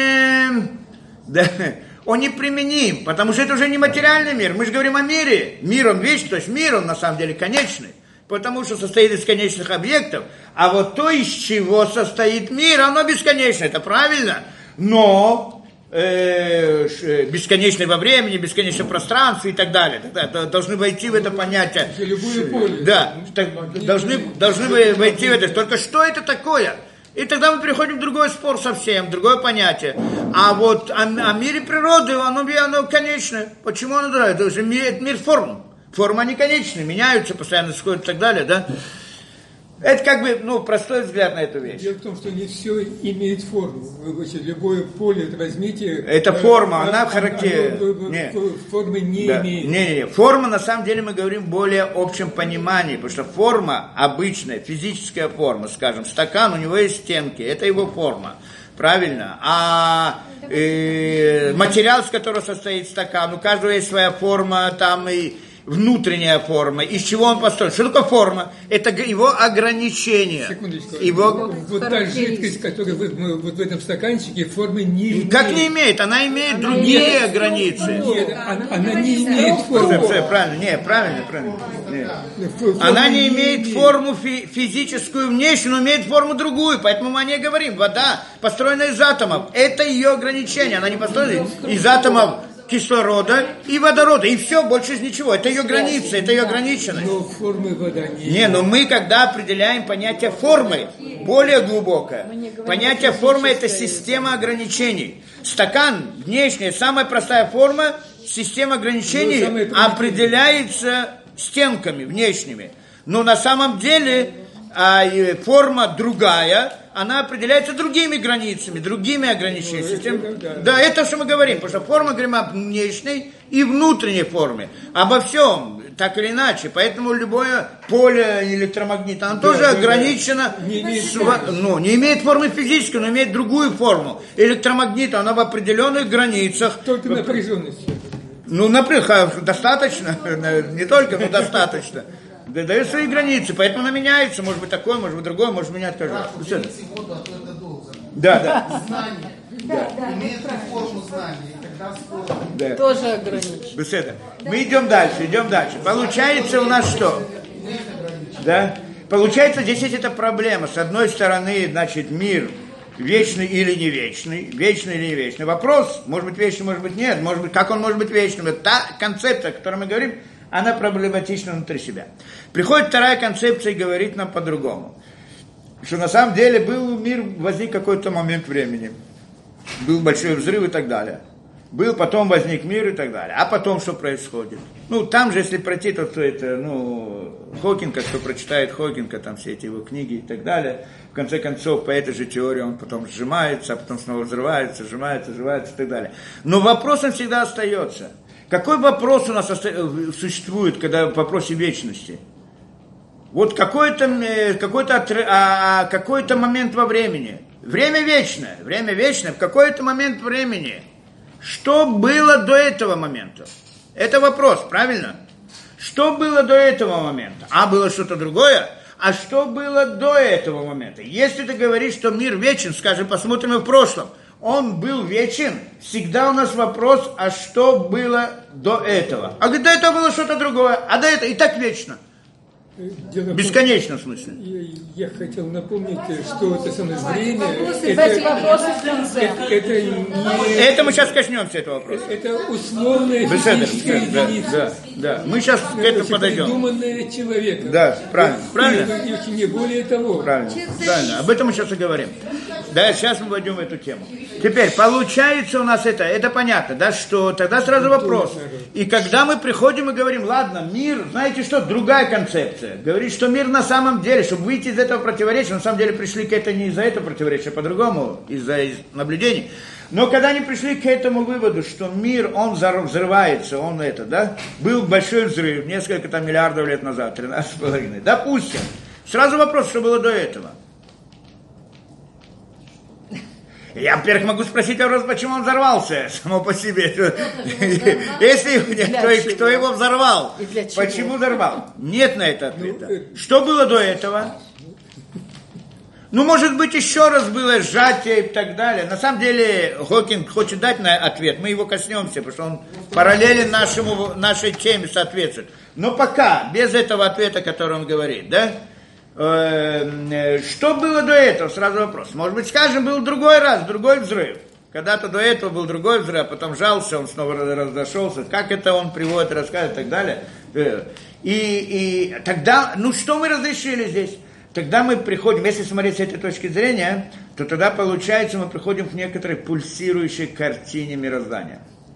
он не применим, потому что это уже не материальный мир. Мы же говорим о мире. Мир, он вечный, то есть мир, он на самом деле конечный. Потому что состоит из конечных объектов, а вот то, из чего состоит мир, оно бесконечно, это правильно, но бесконечное во времени, бесконечное пространство и так далее. Должны войти в это понятие. Любое поле. Да, должны войти в это. Только что это такое? И тогда мы переходим в другой спор совсем, другое понятие. А вот о мире природы, оно конечное. Почему оно нравится? Это же мир форм. Формы они конечные, меняются, постоянно сходят и так далее, да? Это как бы, простой взгляд на эту вещь. Дело в том, что не все имеет форму. Любое поле, возьмите... Это форма, она в характере... Формы не имеет. Не. Форма, на самом деле, мы говорим в более общем понимании, потому что форма обычная, физическая форма, скажем, стакан, у него есть стенки, это его форма. Правильно? А материал, из которого состоит стакан, у каждого есть своя форма, там и внутренняя форма. Из чего он построен? Что такое форма? Это его ограничение. Секундочку. Его... Вот та жидкость, которая вот в этом стаканчике, формы не имеет. Как не имеет? Она имеет другие границы. Нет, она не имеет формы. Правильно. Нет. Она не имеет форму физическую внешнюю, но имеет форму другую. Поэтому мы о ней говорим. Вода построена из атомов. Это ее ограничение. Она не построена из атомов кислорода и водорода. И все, больше ничего. Это ее граница, это ее ограниченность. Но формы вода но мы, когда определяем понятие формы, более глубокое. Понятие формы – это система ограничений. Стакан, внешняя, самая простая форма, система ограничений определяется стенками внешними. Но на самом деле форма другая, она определяется другими границами, другими ограничениями. Да, это что мы говорим, потому что форма, говорим, об внешней и внутренней форме, обо всем, так или иначе. Поэтому любое поле электромагнита, оно тоже ограничено, не имеет формы физической, но имеет другую форму. Электромагнит, оно в определенных границах. Только напряженность. Ну, например, достаточно, не только, но достаточно. Дает свои границы, поэтому она меняется, может быть такое, может быть другое, может менять каждый раз. Да. Знание. Имеет ли форму знания, и тогда спорт. Тоже ограничено. Мы идем дальше. Получается у нас что? Да? Получается, здесь есть эта проблема. С одной стороны, значит, мир вечный или не вечный, вечный или не вечный. Вопрос, может быть вечный, может быть нет, может быть, как он может быть вечным. Это та концепция, о которой мы говорим, она проблематична внутри себя. Приходит вторая концепция и говорит нам по-другому. Что на самом деле был мир, возник какой-то момент времени. Был большой взрыв и так далее. Потом возник мир и так далее. А потом что происходит? Ну, там же, если пройти, то это, Хокинга, кто прочитает Хокинга, там все эти его книги и так далее. В конце концов, по этой же теории он потом сжимается, а потом снова взрывается, сжимается и так далее. Но вопрос он всегда остается. Какой вопрос у нас существует, когда в вопросе вечности? Вот какой-то момент во времени. Время вечное в какой-то момент времени. Что было до этого момента? Это вопрос, правильно? Что было до этого момента? Было что-то другое? А что было до этого момента? Если ты говоришь, что мир вечен, скажем, посмотрим в прошлом. Он был вечен, всегда у нас вопрос, а что было до этого? А до этого было что-то другое, а до этого и так вечно. Бесконечно, в смысле. Я хотел напомнить, что это самое зрение. Это мы сейчас коснемся этого вопроса. Это условная физическая единица. Да. Мы сейчас к этому подойдем. Придуманная человеком. Да, правильно. И не более того. Правильно. Об этом мы сейчас и говорим. Да, сейчас мы войдем в эту тему. Теперь, получается у нас это понятно, да, что тогда сразу вопрос. И когда мы приходим и говорим, ладно, мир, знаете что, другая концепция. Говорит, что мир на самом деле, чтобы выйти из этого противоречия, на самом деле пришли к этому не из-за этого противоречия, а по-другому, из-за наблюдений. Но когда они пришли к этому выводу, что мир, он взрывается, был большой взрыв, несколько миллиардов лет назад, 13,5. Допустим. Сразу вопрос, что было до этого. Я, во-первых, могу спросить вопрос, почему он взорвался само по себе. Если кто его взорвал, почему взорвал? Нет на это ответа. Что было до этого? Может быть, еще раз было сжатие и так далее. На самом деле, Хокинг хочет дать на ответ, мы его коснемся, потому что он параллелен нашей теме соответствует. Но пока, без этого ответа, который он говорит, да? Что было до этого? Сразу вопрос. Может быть, скажем, был другой взрыв. Когда-то до этого был другой взрыв, а потом жался, он снова разошелся. Как это он приводит, рассказывает и так далее. И тогда, что мы разрешили здесь? Тогда мы приходим, если смотреть с этой точки зрения, то тогда, получается, мы приходим к некоторой пульсирующей картине мироздания.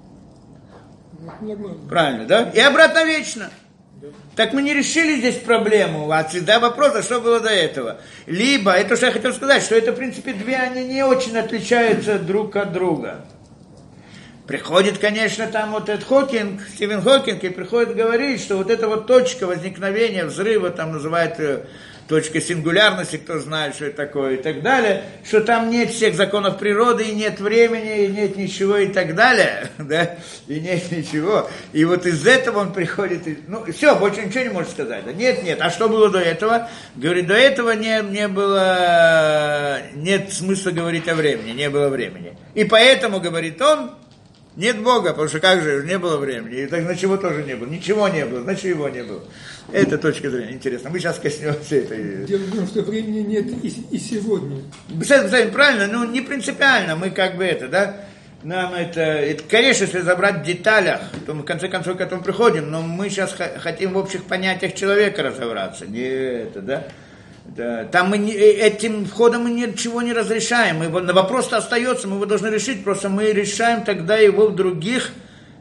Правильно, да? И обратно вечно. Так мы не решили здесь проблему, а всегда вопрос, а что было до этого. Либо, это что я хотел сказать, что это, в принципе, две, они не очень отличаются друг от друга. Приходит, конечно, там этот Стивен Хокинг, и приходит говорить, что эта точка возникновения взрыва, там называют точка сингулярности, кто знает, что это такое, и так далее, что там нет всех законов природы, и нет времени, и нет ничего, и так далее, да, и нет ничего. И из этого он приходит, все, больше ничего не может сказать, да? Нет, а что было до этого? Говорит, до этого не было, нет смысла говорить о времени, не было времени. И поэтому, говорит он, нет Бога, потому что как же, не было времени. И так на чего тоже не было. Ничего не было, значит его не было. Это точка зрения, интересно. Мы сейчас коснемся этой. Дело в том, что времени нет и сегодня. Правильно, не принципиально. Мы нам это, конечно, если забрать в деталях, то мы в конце концов к этому приходим, но мы сейчас хотим в общих понятиях человека разобраться. Не это, да? Да, там этим входом мы ничего не разрешаем. Вопрос-то остается, мы его должны решить, просто мы решаем тогда его в других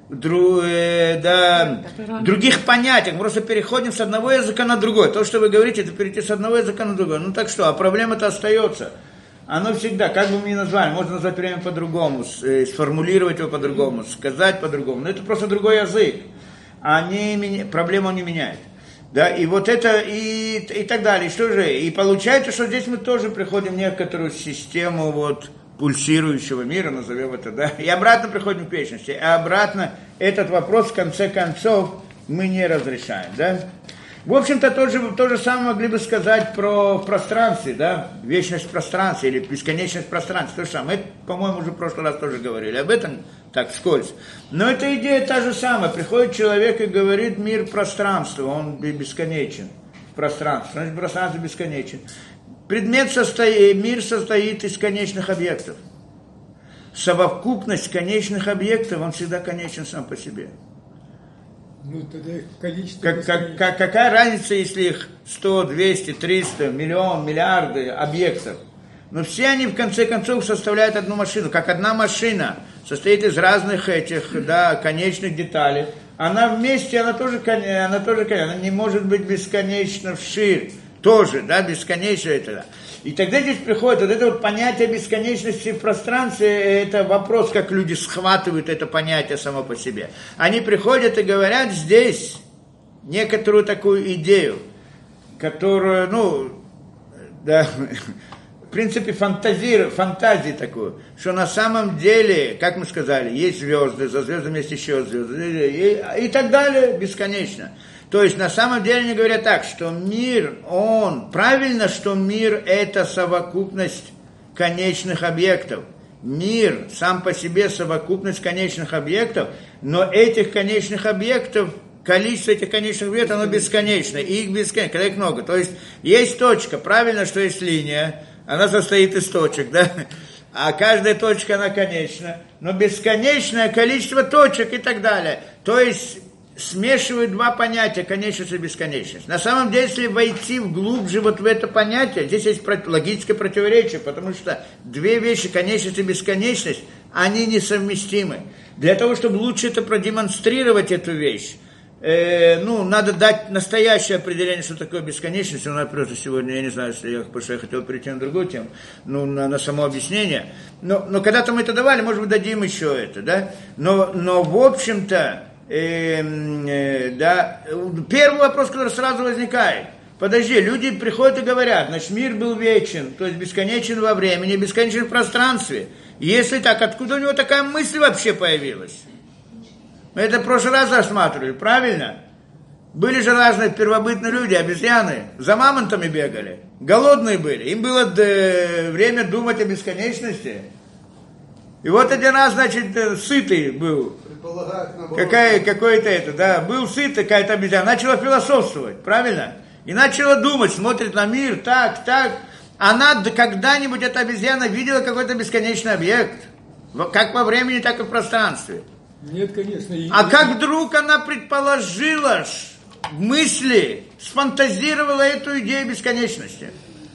других понятий. Мы просто переходим с одного языка на другой. То, что вы говорите, это перейти с одного языка на другой. Ну так что, а проблема-то остается. Оно всегда, как бы мы ни назвали, можно назвать время по-другому, сформулировать его по-другому, сказать по-другому. Но это просто другой язык. Проблему он не меняет. Да, и вот это, и так далее. Что же? И получается, что здесь мы тоже приходим в некоторую систему вот, пульсирующего мира, назовем это, да, и обратно приходим к вечности. А обратно этот вопрос, в конце концов, мы не разрешаем, да. В общем-то, то же самое могли бы сказать про пространстве, да, вечность пространства или бесконечность пространства, то же самое. Мы, по-моему, уже в прошлый раз тоже говорили об этом, так, вскользь. Но эта идея та же самая. Приходит человек и говорит, мир пространства, он бесконечен. Пространство, значит, пространство бесконечен. Мир состоит из конечных объектов. Совокупность конечных объектов, он всегда конечен сам по себе. Ну, тогда их количество... Какая разница, если их 100, 200, 300, миллион, миллиарды объектов? Но все они, в конце концов, составляют одну машину. Как одна машина состоит из разных этих, да, конечных деталей. Она вместе, она тоже она не может быть бесконечно вширь. Тоже, да, бесконечно это, да. И тогда здесь приходит вот это вот понятие бесконечности в пространстве, это вопрос, как люди схватывают это понятие само по себе. Они приходят и говорят здесь некоторую такую идею, которую, ну, да, в принципе, фантазии такую, что на самом деле, как мы сказали, есть звезды, за звездами есть еще звезды, и так далее, бесконечно. То есть, на самом деле, они говорят так, что мир, правильно, что мир – это совокупность конечных объектов. Мир сам по себе совокупность конечных объектов, но этих конечных объектов, количество этих конечных объектов, оно бесконечно, и их бесконечно, когда их много. То есть точка, правильно, что есть линия, она состоит из точек, да? А каждая точка, она конечна, но бесконечное количество точек и так далее. То есть, смешивают два понятия, конечность и бесконечность. На самом деле, если войти вглубже вот в это понятие, здесь есть логическое противоречие, потому что две вещи, конечность и бесконечность, они несовместимы. Для того, чтобы лучше это продемонстрировать, эту вещь, надо дать настоящее определение, что такое бесконечность. У нас просто сегодня, я не знаю, потому что я хотел перейти на другую тему, на само объяснение. Но когда-то мы это давали, может быть, дадим еще это, да? Но в общем-то, да, первый вопрос, который сразу возникает. Подожди, люди приходят и говорят, значит, мир был вечен, то есть бесконечен во времени, бесконечен в пространстве. Если так, откуда у него такая мысль вообще появилась? Мы это в прошлый раз рассматривали, правильно? Были же разные первобытные люди, обезьяны, за мамонтами бегали, голодные были, им было время думать о бесконечности. И вот один раз, значит, сытый был, какой-то это, да, был сытый, какая-то обезьяна, начала философствовать, правильно? И начала думать, смотрит на мир, так. Она когда-нибудь, эта обезьяна, видела какой-то бесконечный объект, как во времени, так и в пространстве? Нет, конечно. Как вдруг она предположила, в мысли, сфантазировала эту идею бесконечности?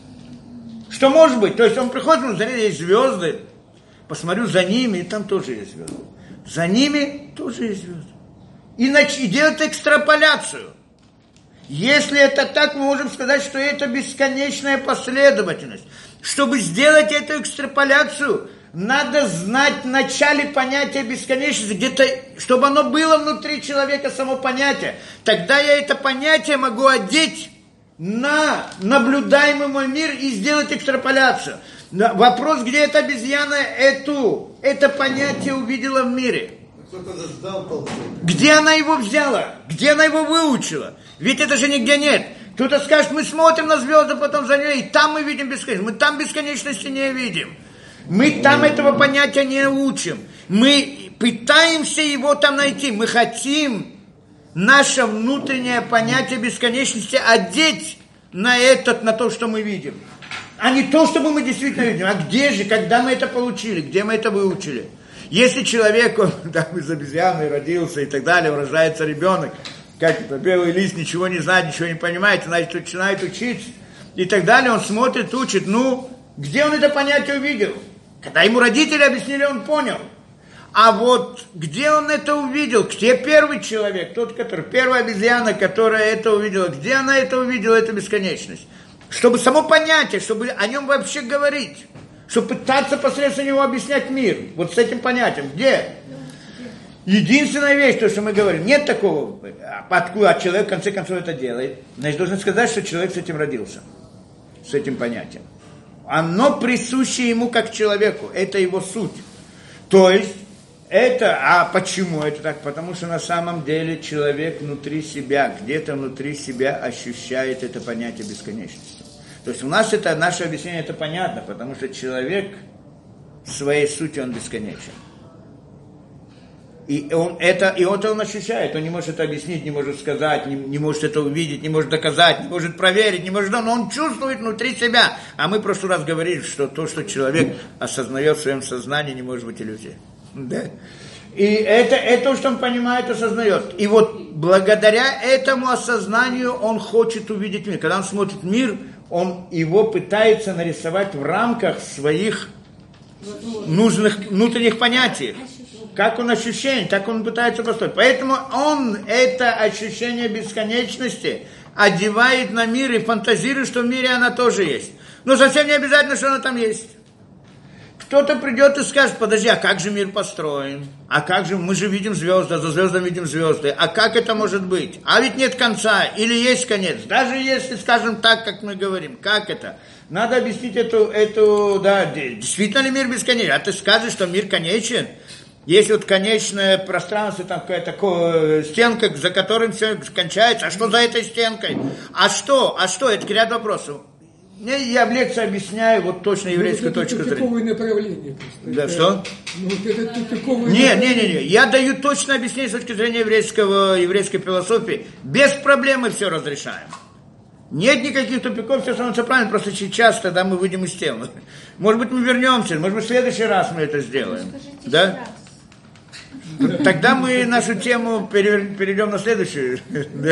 Что может быть? То есть он приходит, смотри, есть звезды, посмотрю за ними, и там тоже есть звезды. За ними тоже есть звезды. И делать экстраполяцию. Если это так, мы можем сказать, что это бесконечная последовательность. Чтобы сделать эту экстраполяцию, надо знать в начале понятия бесконечности, где-то, чтобы оно было внутри человека, само понятие. Тогда я это понятие могу одеть на наблюдаемый мой мир и сделать экстраполяцию. Вопрос, где эта обезьяна это понятие увидела в мире. Где она его взяла? Где она его выучила? Ведь это же нигде нет. Кто-то скажет, мы смотрим на звезды, потом за ней, и там мы видим бесконечность. Мы там бесконечности не видим. Мы там этого понятия не учим. Мы пытаемся его там найти. Мы хотим наше внутреннее понятие бесконечности одеть на то, что мы видим. А не то, что мы действительно видим. А где же, когда мы это получили, где мы это выучили? Если человек, он из обезьяны родился и так далее, рождается ребенок, как белый лист, ничего не знает, ничего не понимает, значит, начинает учиться и так далее, он смотрит, учит, где он это понятие увидел? Когда ему родители объяснили, он понял. А вот где он это увидел? Где первый человек? Тот, который, первая обезьяна, которая это увидела. Где она это увидела, эту бесконечность? Чтобы само понятие, чтобы о нем вообще говорить. Чтобы пытаться посредством него объяснять мир. Вот с этим понятием. Где? Единственная вещь, то, что мы говорим. Нет такого, откуда человек в конце концов это делает. Значит, должен сказать, что человек с этим родился. С этим понятием. Оно присуще ему как человеку. Это его суть. То есть, а почему это так? Потому что на самом деле человек внутри себя, где-то внутри себя ощущает это понятие бесконечности. То есть у нас это, наше объяснение, это понятно, потому что человек в своей сути, он бесконечен. И он ощущает, он не может это объяснить, не может сказать, не может это увидеть, не может доказать, не может проверить, не может, но он чувствует внутри себя. А мы в прошлый раз говорили, что то, что человек осознает в своем сознании, не может быть иллюзией. Да? И это то, что он понимает, осознает. И вот благодаря этому осознанию он хочет увидеть мир. Когда он смотрит мир, он его пытается нарисовать в рамках своих нужных внутренних понятий. Как он ощущение, так он пытается построить. Поэтому он это ощущение бесконечности одевает на мир и фантазирует, что в мире она тоже есть. Но совсем не обязательно, что она там есть. Кто-то придет и скажет: подожди, а как же мир построен? А как же, мы же видим звезды, а за звездами видим звезды. А как это может быть? А ведь нет конца, или есть конец. Даже если, скажем так, как мы говорим, как это? Надо объяснить эту действительно ли мир бесконечен? А ты скажешь, что мир конечен? Есть вот конечное пространство, там какая-то стенка, за которым все кончается. А что за этой стенкой? А что? Это ряд вопросов. Я в лекции объясняю вот точно еврейскую точку зрения. Это тупиковое направление. Да, что? Это тупиковое Не. Я даю точное объяснение с точки зрения еврейской философии. Без проблем мы все разрешаем. Нет никаких тупиков, все становится правильно. Просто сейчас тогда мы выйдем из темы. Может быть, мы вернемся, может быть, в следующий раз мы это сделаем. Да? Тогда мы нашу тему перейдем на следующую.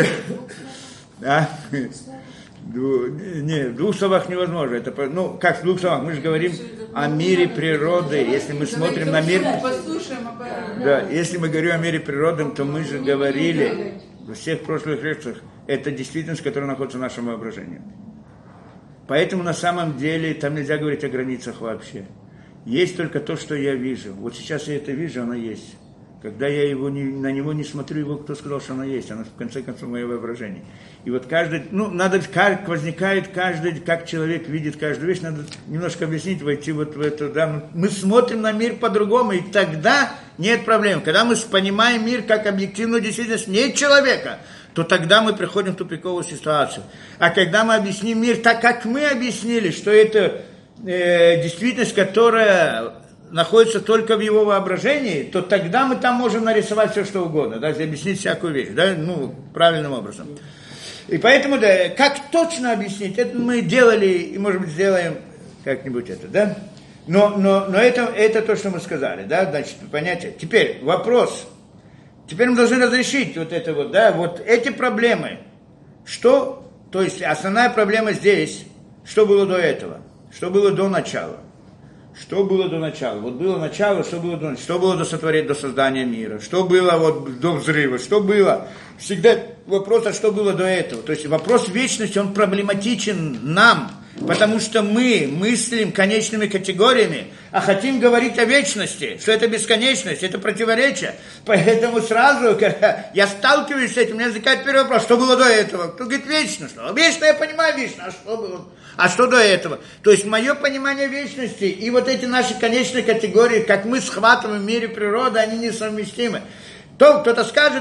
Не, в двух словах невозможно. Это, как в двух словах? Мы же говорим о мире природы. Если мы смотрим на мир... Да, если мы говорим о мире природы, то мы же говорили во всех прошлых лекциях, это действительность, которая находится в нашем воображении. Поэтому на самом деле там нельзя говорить о границах вообще. Есть только то, что я вижу. Вот сейчас я это вижу, оно есть. Когда я на него не смотрю, кто сказал, что оно есть? Оно, в конце концов, мое воображение. И вот как возникает каждый, как человек видит каждую вещь, надо немножко объяснить, войти вот в это. Да? Мы смотрим на мир по-другому, и тогда нет проблем. Когда мы понимаем мир как объективную действительность, нет человека, то тогда мы приходим в тупиковую ситуацию. А когда мы объясним мир так, как мы объяснили, что это действительность, которая находится только в его воображении, то тогда мы там можем нарисовать все, что угодно, даже объяснить всякую вещь, да, правильным образом. И поэтому, да, как точно объяснить, это мы делали, и, может быть, сделаем как-нибудь это, да. Но это то, что мы сказали, да, значит, понятие. Теперь вопрос. Теперь мы должны разрешить вот это вот, да, вот эти проблемы. То есть основная проблема здесь, что было до этого, что было до начала. Что было до начала? Вот было начало, что было до начала? Что было до создания мира? Что было вот до взрыва? Что было? Всегда вопрос, а что было до этого? То есть вопрос вечности, он проблематичен нам, потому что мы мыслим конечными категориями, а хотим говорить о вечности, что это бесконечность, это противоречие. Поэтому сразу, когда я сталкиваюсь с этим, у меня возникает первый вопрос, что было до этого? Кто говорит вечно? Что? Вечно я понимаю вечно, а что было? А что до этого? То есть мое понимание вечности и вот эти наши конечные категории, как мы схватываем в мире природы, они несовместимы. Кто-то скажет,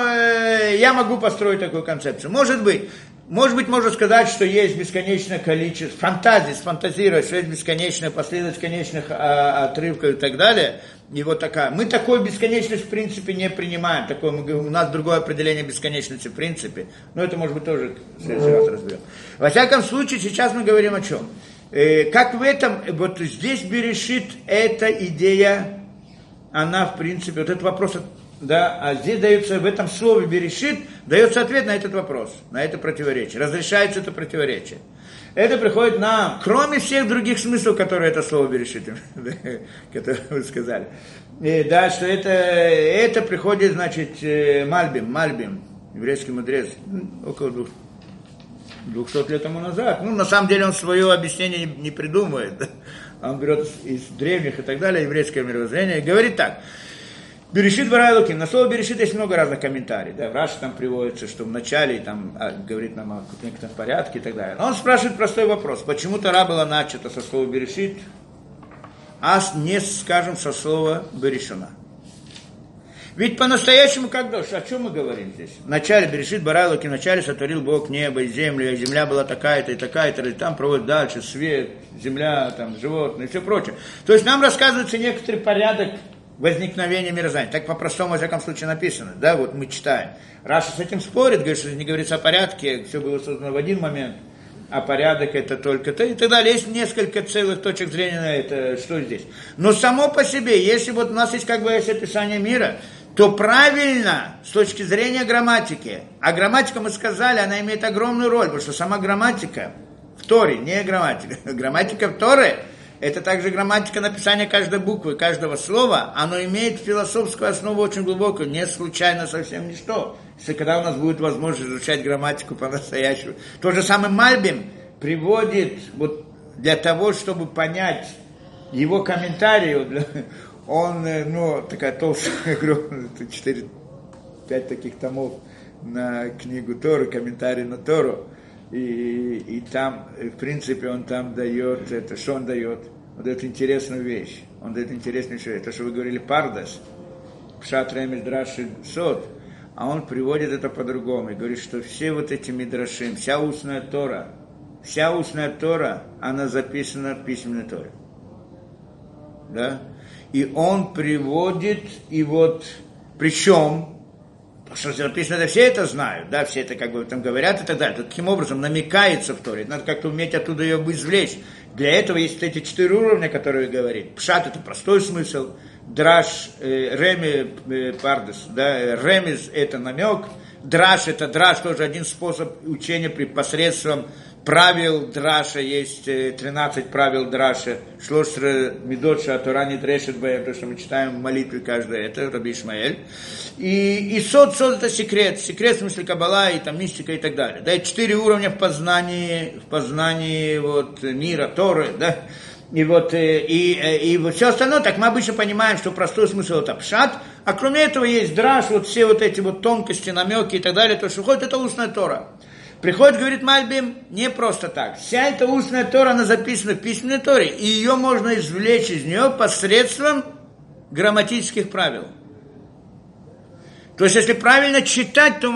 я могу построить такую концепцию. Может быть, можно сказать, что есть бесконечное количество фантазий, сфантазировать, что есть бесконечная последовательность конечных отрывков и так далее. И вот такая. Мы такую бесконечность в принципе не принимаем. У нас другое определение бесконечности в принципе. Но это, может быть, тоже в следующий раз разберем. Во всяком случае, сейчас мы говорим о чем. Как в этом, вот здесь Берешит, эта идея, она в принципе, вот этот вопрос, да, а здесь дается, в этом слове Берешит, дается ответ на этот вопрос, на это противоречие. Разрешается это противоречие. Это приходит нам, кроме всех других смыслов, которые это слово Берешит, которые вы сказали. Да, что это приходит, значит, Мальбим, еврейский мудрец, около 200 лет тому назад. На самом деле он свое объяснение не придумывает. Он берет из древних и так далее, еврейское мировоззрение, и говорит так. Берешит bara Элоким. На слово Берешит есть много разных комментариев. Да, в Раши там приводится, что в начале там, говорит нам о некотором порядке и так далее. Но он спрашивает простой вопрос. Почему Тора была начата со слова Берешит, а не, скажем, со слова Берешона? Ведь по-настоящему, о чем мы говорим здесь? В начале Берешит bara Элоким, в начале сотворил Бог небо и землю, и земля была такая-то и такая-то, и там проводит дальше свет, земля, там, животные и все прочее. То есть нам рассказывается некоторый порядок возникновения мироздания. Так по-простому, во всяком случае, написано. Да, вот мы читаем. Раша с этим спорит, говорит, что не говорится о порядке, все было создано в один момент, а порядок это только то и так далее. Есть несколько целых точек зрения на это, что здесь. Но само по себе, если вот у нас есть есть описание мира, то правильно с точки зрения грамматики, а грамматика, мы сказали, она имеет огромную роль, потому что сама грамматика в Торе, не грамматика, грамматика в Торе, это также грамматика написания каждой буквы, каждого слова, оно имеет философскую основу очень глубокую, не случайно совсем ничто. Если когда у нас будет возможность изучать грамматику по-настоящему. То же самое Мальбим приводит вот для того, чтобы понять его комментарии, он, такая толстая, огромная, 4-5 таких томов на книгу Торы, комментарий на Тору. И там, в принципе, он там дает, это что он дает? Он дает интересную вещь. Он дает интересную вещь. Это, что вы говорили, пардас, пшат, ремеш, драш и сот. А он приводит это по-другому. И говорит, что все вот эти мидрашим, вся устная Тора, она записана в письменной Торе. Да? И он приводит, и вот, причем, что написано, это все это знают, да, все это там говорят и так далее. То, таким образом намекается в Торе, надо как-то уметь оттуда ее извлечь. Для этого есть эти 4 уровня, которые говорит. Пшат – это простой смысл, драш, пардес, да, ремез – это намек, драш – это тоже один способ учения посредством правил драша, есть 13 правил драша, шлоштра медотша, Тора не дрешет бэм, то, что мы читаем в молитве каждое, это Раби Ишмаэль. И сод это секрет в смысле Каббала и там мистика и так далее. Да, 4 уровня в познании вот, мира, Торы, да. И вот все остальное, так мы обычно понимаем, что простой смысл это пшат, а кроме этого есть драш, вот все вот эти вот тонкости, намеки и так далее, то, что входит, это устная Тора. Приходит, говорит Мальбим, не просто так. Вся эта устная Тора, она записана в письменной Торе, и ее можно извлечь из нее посредством грамматических правил. То есть, если правильно читать, то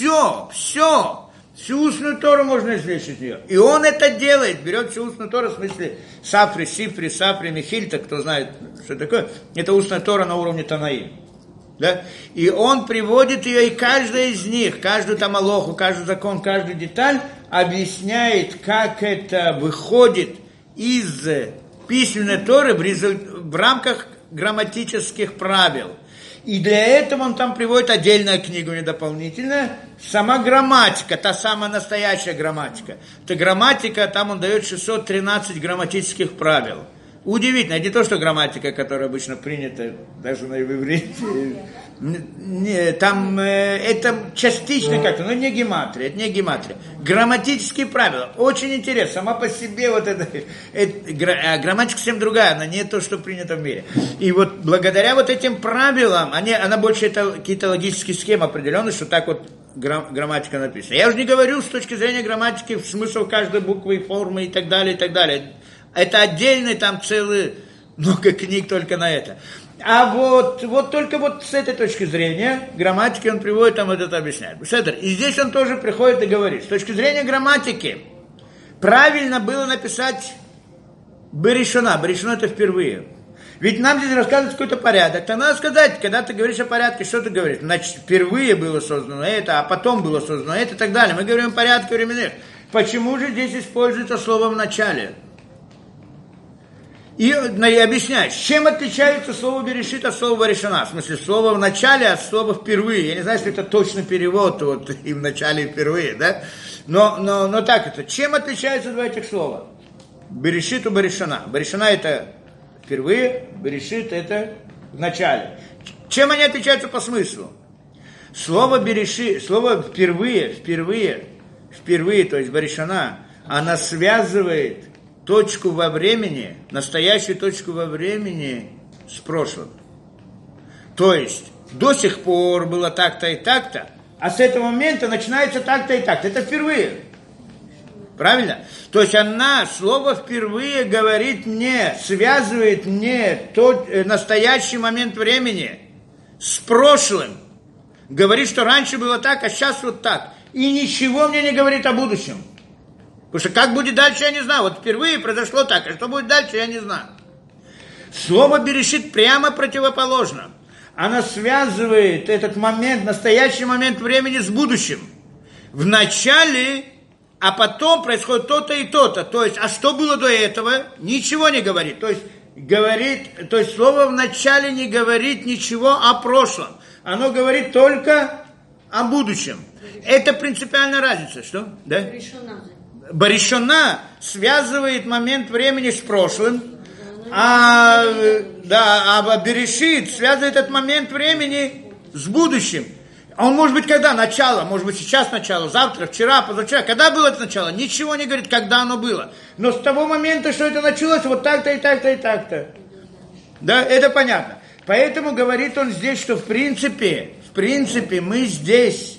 всю устную Тору можно извлечь из нее. И он это делает, берет всю устную Тору, в смысле Сафри, Сифри, Сафри, Михильта, кто знает, что такое, это устная Тора на уровне Танаим. Да? И он приводит ее, и каждая из них, каждую там алоху, каждый закон, каждую деталь объясняет, как это выходит из письменной Торы в рамках грамматических правил. И для этого он там приводит отдельную книгу, не дополнительную, сама грамматика, та самая настоящая грамматика. Это грамматика, там он дает 613 грамматических правил. Удивительно, не то, что грамматика, которая обычно принята даже на иврите, там это частично как-то, но не гематрия, это не гематрия. Грамматические правила, очень интересно, сама по себе вот это грамматика совсем другая, она не то, что принято в мире. И вот благодаря вот этим правилам, она больше это какие-то логические схемы определенные, что так вот грамматика написана. Я уже не говорю с точки зрения грамматики смысл каждой буквы, формы и так далее, и так далее. Это отдельный там целый, много книг только на это. А вот только вот с этой точки зрения грамматики он приводит, там это объясняет. И здесь он тоже приходит и говорит, с точки зрения грамматики, правильно было написать Берешона. Берешона это впервые. Ведь нам здесь рассказывают какой-то порядок. То надо сказать, когда ты говоришь о порядке, что ты говоришь? Значит, впервые было создано это, а потом было создано это и так далее. Мы говорим о порядке временных. Почему же здесь используется слово «в начале»? И объясняешь, чем отличается слово «берешит» от слова «берешона». В смысле, слово «в начале» от слова «впервые». Я не знаю, если это точный перевод, вот и «в начале» и «впервые», да? Но так это. Чем отличаются два этих слова? Берешит и Баришана. Баришана это впервые, Берешит это в начале. Чем они отличаются по смыслу? Слово Берешит, слово впервые, то есть Баришана, она связывает точку во времени, настоящую точку во времени с прошлым. То есть до сих пор было так-то и так-то, а с этого момента начинается так-то и так-то. Это впервые. Правильно? То есть она, слово «впервые» говорит мне, связывает мне тот настоящий момент времени с прошлым. Говорит, что раньше было так, а сейчас вот так. И ничего мне не говорит о будущем. Потому что как будет дальше, я не знаю. Вот впервые произошло так, а что будет дальше, я не знаю. Слово «берешит» прямо противоположно. Она связывает этот момент, настоящий момент времени с будущим. В начале, а потом происходит то-то и то-то. То есть, а что было до этого, ничего не говорит. То есть слово в начале не говорит ничего о прошлом. Оно говорит только о будущем. Это принципиальная разница. Что? Да? Баришона связывает момент времени с прошлым. А Берешит связывает этот момент времени с будущим. А он может быть когда? Начало, может быть сейчас начало, завтра, вчера, позавчера. Когда было это начало? Ничего не говорит, когда оно было. Но с того момента, что это началось, вот так-то и так-то и так-то. Да, это понятно. Поэтому говорит он здесь, что в принципе мы здесь,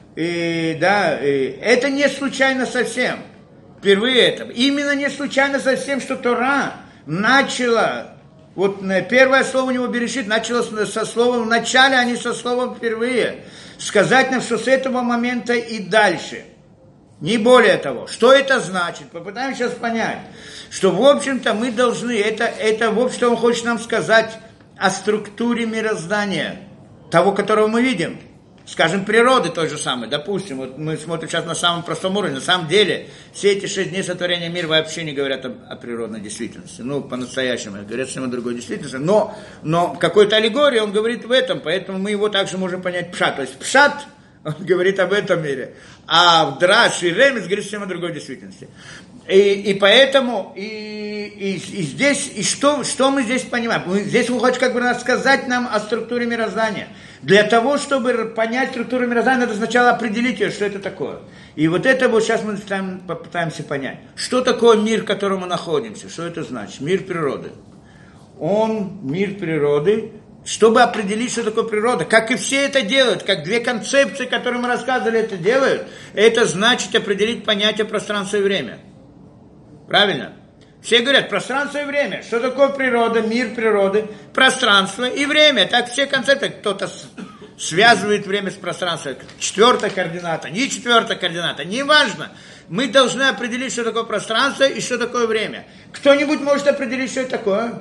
это не случайно совсем. Впервые это. Именно не случайно совсем, что Тора начала, вот первое слово у него Берешит, начало со словом в начале, а не со словом впервые. Сказать нам, что с этого момента и дальше. Не более того. Что это значит? Попытаемся сейчас понять. Что, в общем-то, мы должны, это в общем-то, он хочет нам сказать о структуре мироздания, того, которого мы видим. Скажем, природы той же самой. Допустим, вот мы смотрим сейчас на самом простом уровне. На самом деле, все эти 6 дней сотворения мира вообще не говорят о природной действительности. Ну, по-настоящему, говорят совсем о другой действительности. Но какой-то аллегории он говорит в этом, поэтому мы его также можем понять пшат. То есть пшат, он говорит об этом мире. А в драш и ремес говорит совсем о другой действительности. И поэтому, здесь, что мы здесь понимаем? Здесь он хочет как бы рассказать нам о структуре мироздания. Для того, чтобы понять структуру мироздания, надо сначала определить ее, что это такое. И вот это вот сейчас мы попытаемся понять. Что такое мир, в котором мы находимся? Что это значит? Мир природы. Он, мир природы, чтобы определить, что такое природа. Как и все это делают, как две концепции, которые мы рассказывали, это делают, это значит определить понятие пространства и время. Правильно? Все говорят, пространство и время. Что такое природа, мир природы, пространство и время. Так все концепты, кто-то связывает время с пространством. 4-я координата, не 4-я координата, неважно. Мы должны определить, что такое пространство и что такое время. Кто-нибудь может определить, что это такое?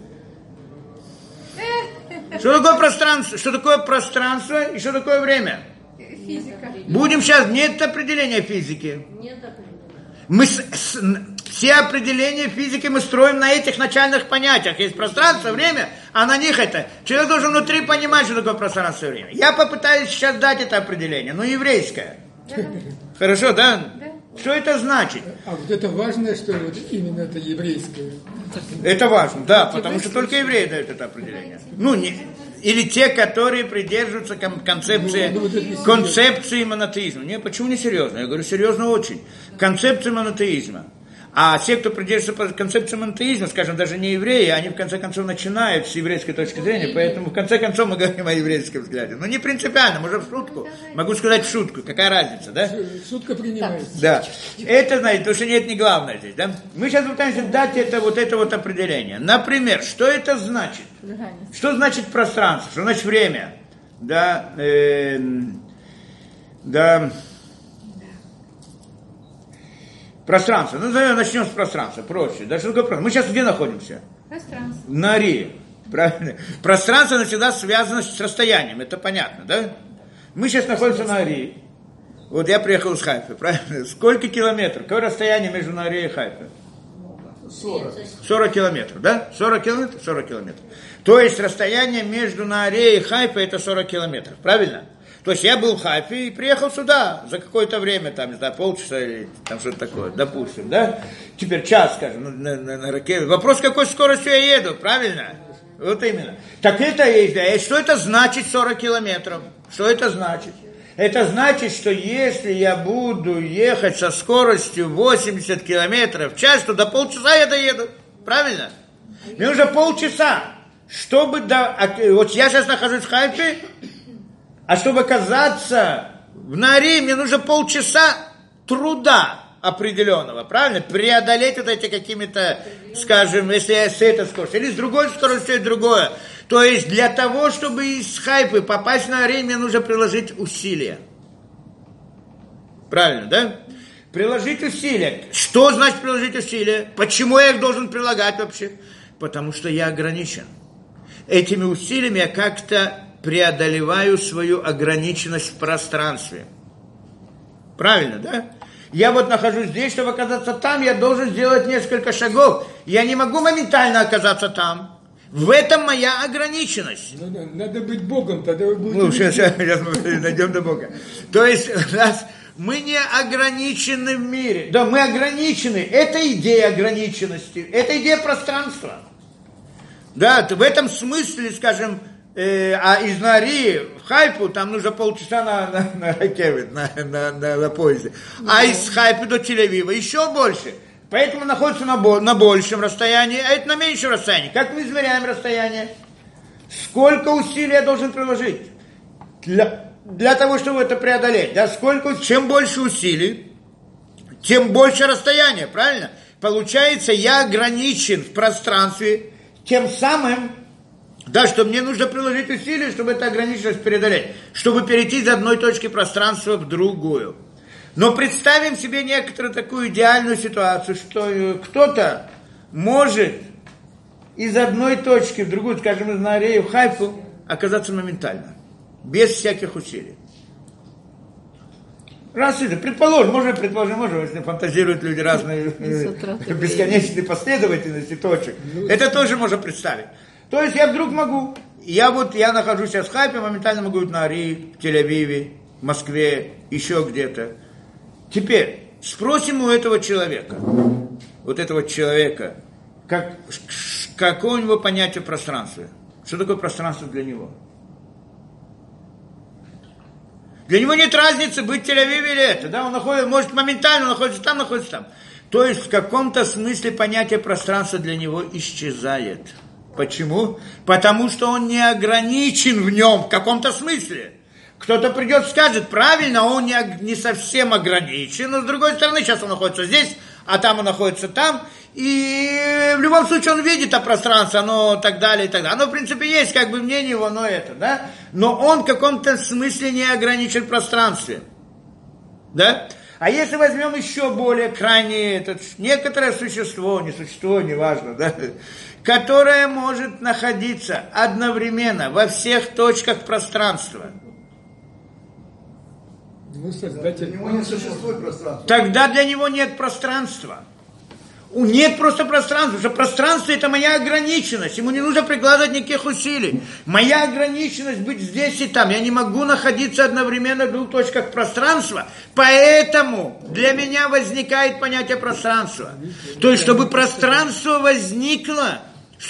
Что такое пространство и что такое время? Физика. Будем сейчас, нет определения физики. Нет определения. Мы все определения физики мы строим на этих начальных понятиях. Есть пространство, время, а на них это. Человек должен внутри понимать, что такое пространство и время. Я попытаюсь сейчас дать это определение, но еврейское. Да. Хорошо, да? Да. Что это значит? А вот это важно, что вот именно это еврейское. Это важно, да, потому что только евреи дают это определение. Или те, которые придерживаются концепции монотеизма. Не, почему не серьезно? Я говорю, серьезно очень. Концепции монотеизма. А те, кто придерживается концепции монотеизма, скажем, даже не евреи, они в конце концов начинают с еврейской точки зрения, поэтому в конце концов мы говорим о еврейском взгляде. Но не принципиально, может в шутку. Могу сказать в шутку, какая разница, да? Шутка принимается. Да. Это, знаете, потому что нет, не главное здесь, да? Мы сейчас пытаемся дать это вот определение. Например, что это значит? Что значит пространство? Что значит время? Да, пространство. Ну, начнем с пространства, проще. Да, что такое пространство? Мы сейчас где находимся? Пространство. На Арии. Правильно? Пространство всегда связано с расстоянием, это понятно, да? Мы сейчас находимся на Арии. Вот я приехал из Хайфы, правильно? Сколько километров? Какое расстояние между Арией и Хайфой? 40 километров, да? 40 километров? 40 километров. То есть расстояние между Арией и Хайфой это 40 километров, правильно? То есть я был в Хайфе и приехал сюда за какое-то время, там, не знаю, полчаса или там что-то такое, допустим, да? Теперь час, скажем, на ракете. Вопрос, какой скоростью я еду, правильно? Вот именно. Так это есть, да. Что это значит 40 километров? Что это значит? Это значит, что если я буду ехать со скоростью 80 километров в час, то до полчаса я доеду. Правильно? Мне нужно полчаса, чтобы вот я сейчас нахожусь в Хайфе, а чтобы оказаться в Нари, мне нужно полчаса труда определенного, правильно? Преодолеть вот эти какими-то, скажем, если я с этой скоростью, или с другой скоростью, и другое. То есть для того, чтобы из Хайфы попасть на Нари, мне нужно приложить усилия. Правильно, да? Приложить усилия. Что значит приложить усилия? Почему я их должен прилагать вообще? Потому что я ограничен. Этими усилиями я как-то преодолеваю свою ограниченность в пространстве. Правильно, да? Я вот нахожусь здесь, чтобы оказаться там, я должен сделать несколько шагов. Я не могу моментально оказаться там. В этом моя ограниченность. Надо быть Богом, тогда вы будете... Ну, сейчас мы дойдем до Бога. То есть мы не ограничены в мире. Да, мы ограничены. Это идея ограниченности. Это идея пространства. Да, в этом смысле, скажем, а из Нари в Хайфу там нужно полчаса на ракете, на поезде. А из Хайфы до Тель-Авива еще больше. Поэтому находится на большем расстоянии, а это на меньшем расстоянии. Как мы измеряем расстояние? Сколько усилий я должен приложить для того, чтобы это преодолеть? Да, чем больше усилий, тем больше расстояние, правильно? Получается, я ограничен в пространстве, тем самым, да, что мне нужно приложить усилия, чтобы это ограниченность преодолеть, чтобы перейти из одной точки пространства в другую. Но представим себе некоторую такую идеальную ситуацию, что кто-то может из одной точки в другую, скажем, из Нари в Хайфу, оказаться моментально, без всяких усилий. Раз это, предположим, если фантазируют люди разные бесконечные последовательности точек, это тоже можно представить. То есть я вдруг могу, я нахожусь сейчас в Хайфе, моментально могу быть в Нари, в Тель-Авиве, в Москве, еще где-то. Теперь спросим у этого человека, какое у него понятие пространства? Что такое пространство для него? Для него нет разницы, быть в Тель-Авиве или это. Да? Он может моментально находится там. То есть в каком-то смысле понятие пространства для него исчезает. Почему? Потому что он не ограничен в нем в каком-то смысле. Кто-то придет и скажет, правильно, он не совсем ограничен, но с другой стороны, сейчас он находится здесь, а там он находится там, и в любом случае он видит это пространство, оно так далее, и так далее. Оно, в принципе, есть, как бы мнение его, но это, да? Но он в каком-то смысле не ограничен в пространстве, да? А если возьмем еще более крайнее, некоторое существо, неважно, да? Которое может находиться одновременно во всех точках пространства. Для него не существует пространства. Тогда для него нет пространства. Нет просто пространства, потому что пространство это моя ограниченность. Ему не нужно прикладывать никаких усилий. Моя ограниченность быть здесь и там. Я не могу находиться одновременно в двух точках пространства. Поэтому для меня возникает понятие пространства. То есть, чтобы пространство возникло,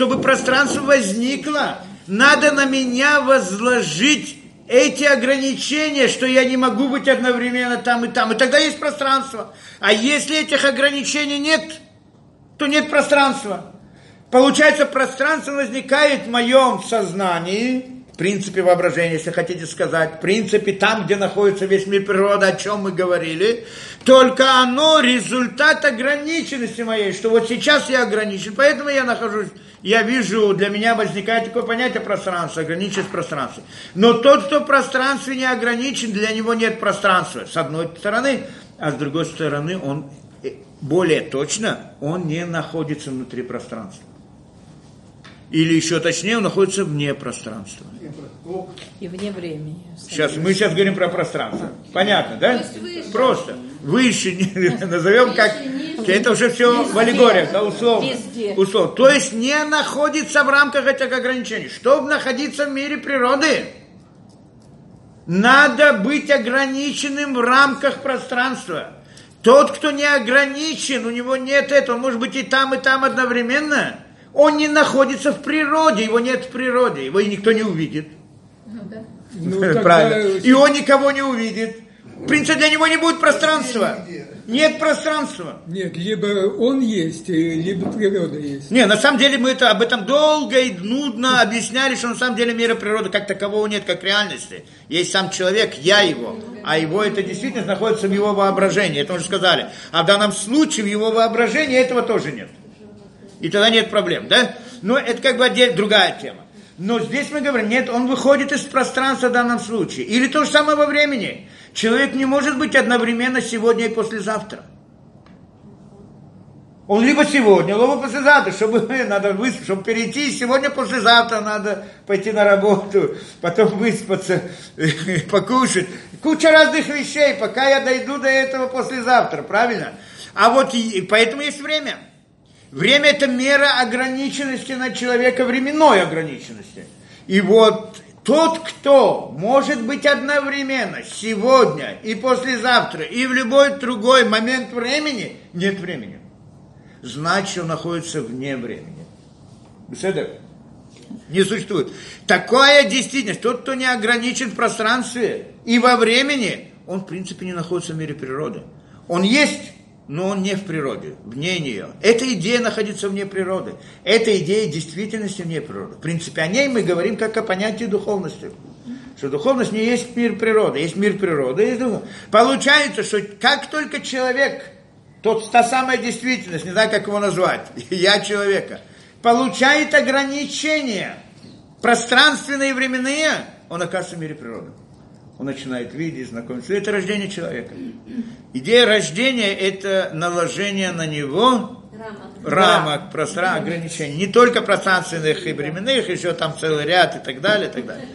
надо на меня возложить эти ограничения, что я не могу быть одновременно там и там. И тогда есть пространство. А если этих ограничений нет, то нет пространства. Получается, пространство возникает в моем сознании, в принципе воображения, если хотите сказать, в принципе там, где находится весь мир природы, о чем мы говорили, только оно результат ограниченности моей, что вот сейчас я ограничен, поэтому я вижу, для меня возникает такое понятие пространства, ограниченность пространства. Но тот, кто в пространстве не ограничен, для него нет пространства, с одной стороны, а с другой стороны, он более точно, он не находится внутри пространства. Или еще точнее, он находится вне пространства. И вне времени. Мы сейчас говорим про пространство. Понятно, да? Просто. Выше, назовем как... Это уже все в аллегориях, да, условно. То есть не находится в рамках этих ограничений. Чтобы находиться в мире природы, Надо быть ограниченным в рамках пространства. Тот, кто не ограничен, у него нет этого, он может быть и там одновременно, он не находится в природе, его нет в природе, его и никто не увидит. Правильно. И он никого не увидит. В принципе, для него не будет пространства. Нет пространства. Нет, либо он есть, либо природа есть. Не, на самом деле мы об этом долго и нудно объясняли, что на самом деле мира природы как такового нет, как реальности. Есть сам человек, я его, а его это действительно находится в его воображении, это уже сказали. А в данном случае в его воображении этого тоже нет. И тогда нет проблем, да? Но это как бы другая тема. Но здесь мы говорим, нет, он выходит из пространства в данном случае. Или то же самое во времени. Человек не может быть одновременно сегодня и послезавтра. Он либо сегодня, либо послезавтра, чтобы перейти, сегодня, послезавтра надо пойти на работу, потом выспаться, покушать. Куча разных вещей, пока я дойду до этого послезавтра, правильно? А вот и поэтому есть время. Время – это мера ограниченности на человека, временной ограниченности. И вот тот, кто может быть одновременно сегодня и послезавтра, и в любой другой момент времени, нет времени. Значит, он находится вне времени. Беседа? Не существует. Такая действительность. Тот, кто не ограничен в пространстве и во времени, он, в принципе, не находится в мире природы. Он есть, но он не в природе, вне нее. Эта идея находится вне природы. Эта идея действительности вне природы. В принципе, о ней мы говорим как о понятии духовности. Что духовность не есть мир природы. Есть мир природы, есть духовность. Получается, что как только человек, та самая действительность, не знаю, как его назвать, я человека, получает ограничения пространственные и временные, он оказывается в мире природы. Он начинает видеть, знакомиться. Это рождение человека. Идея рождения – это наложение на него рамок, ограничений. Не только пространственных и временных, еще там целый ряд и так далее, и так далее.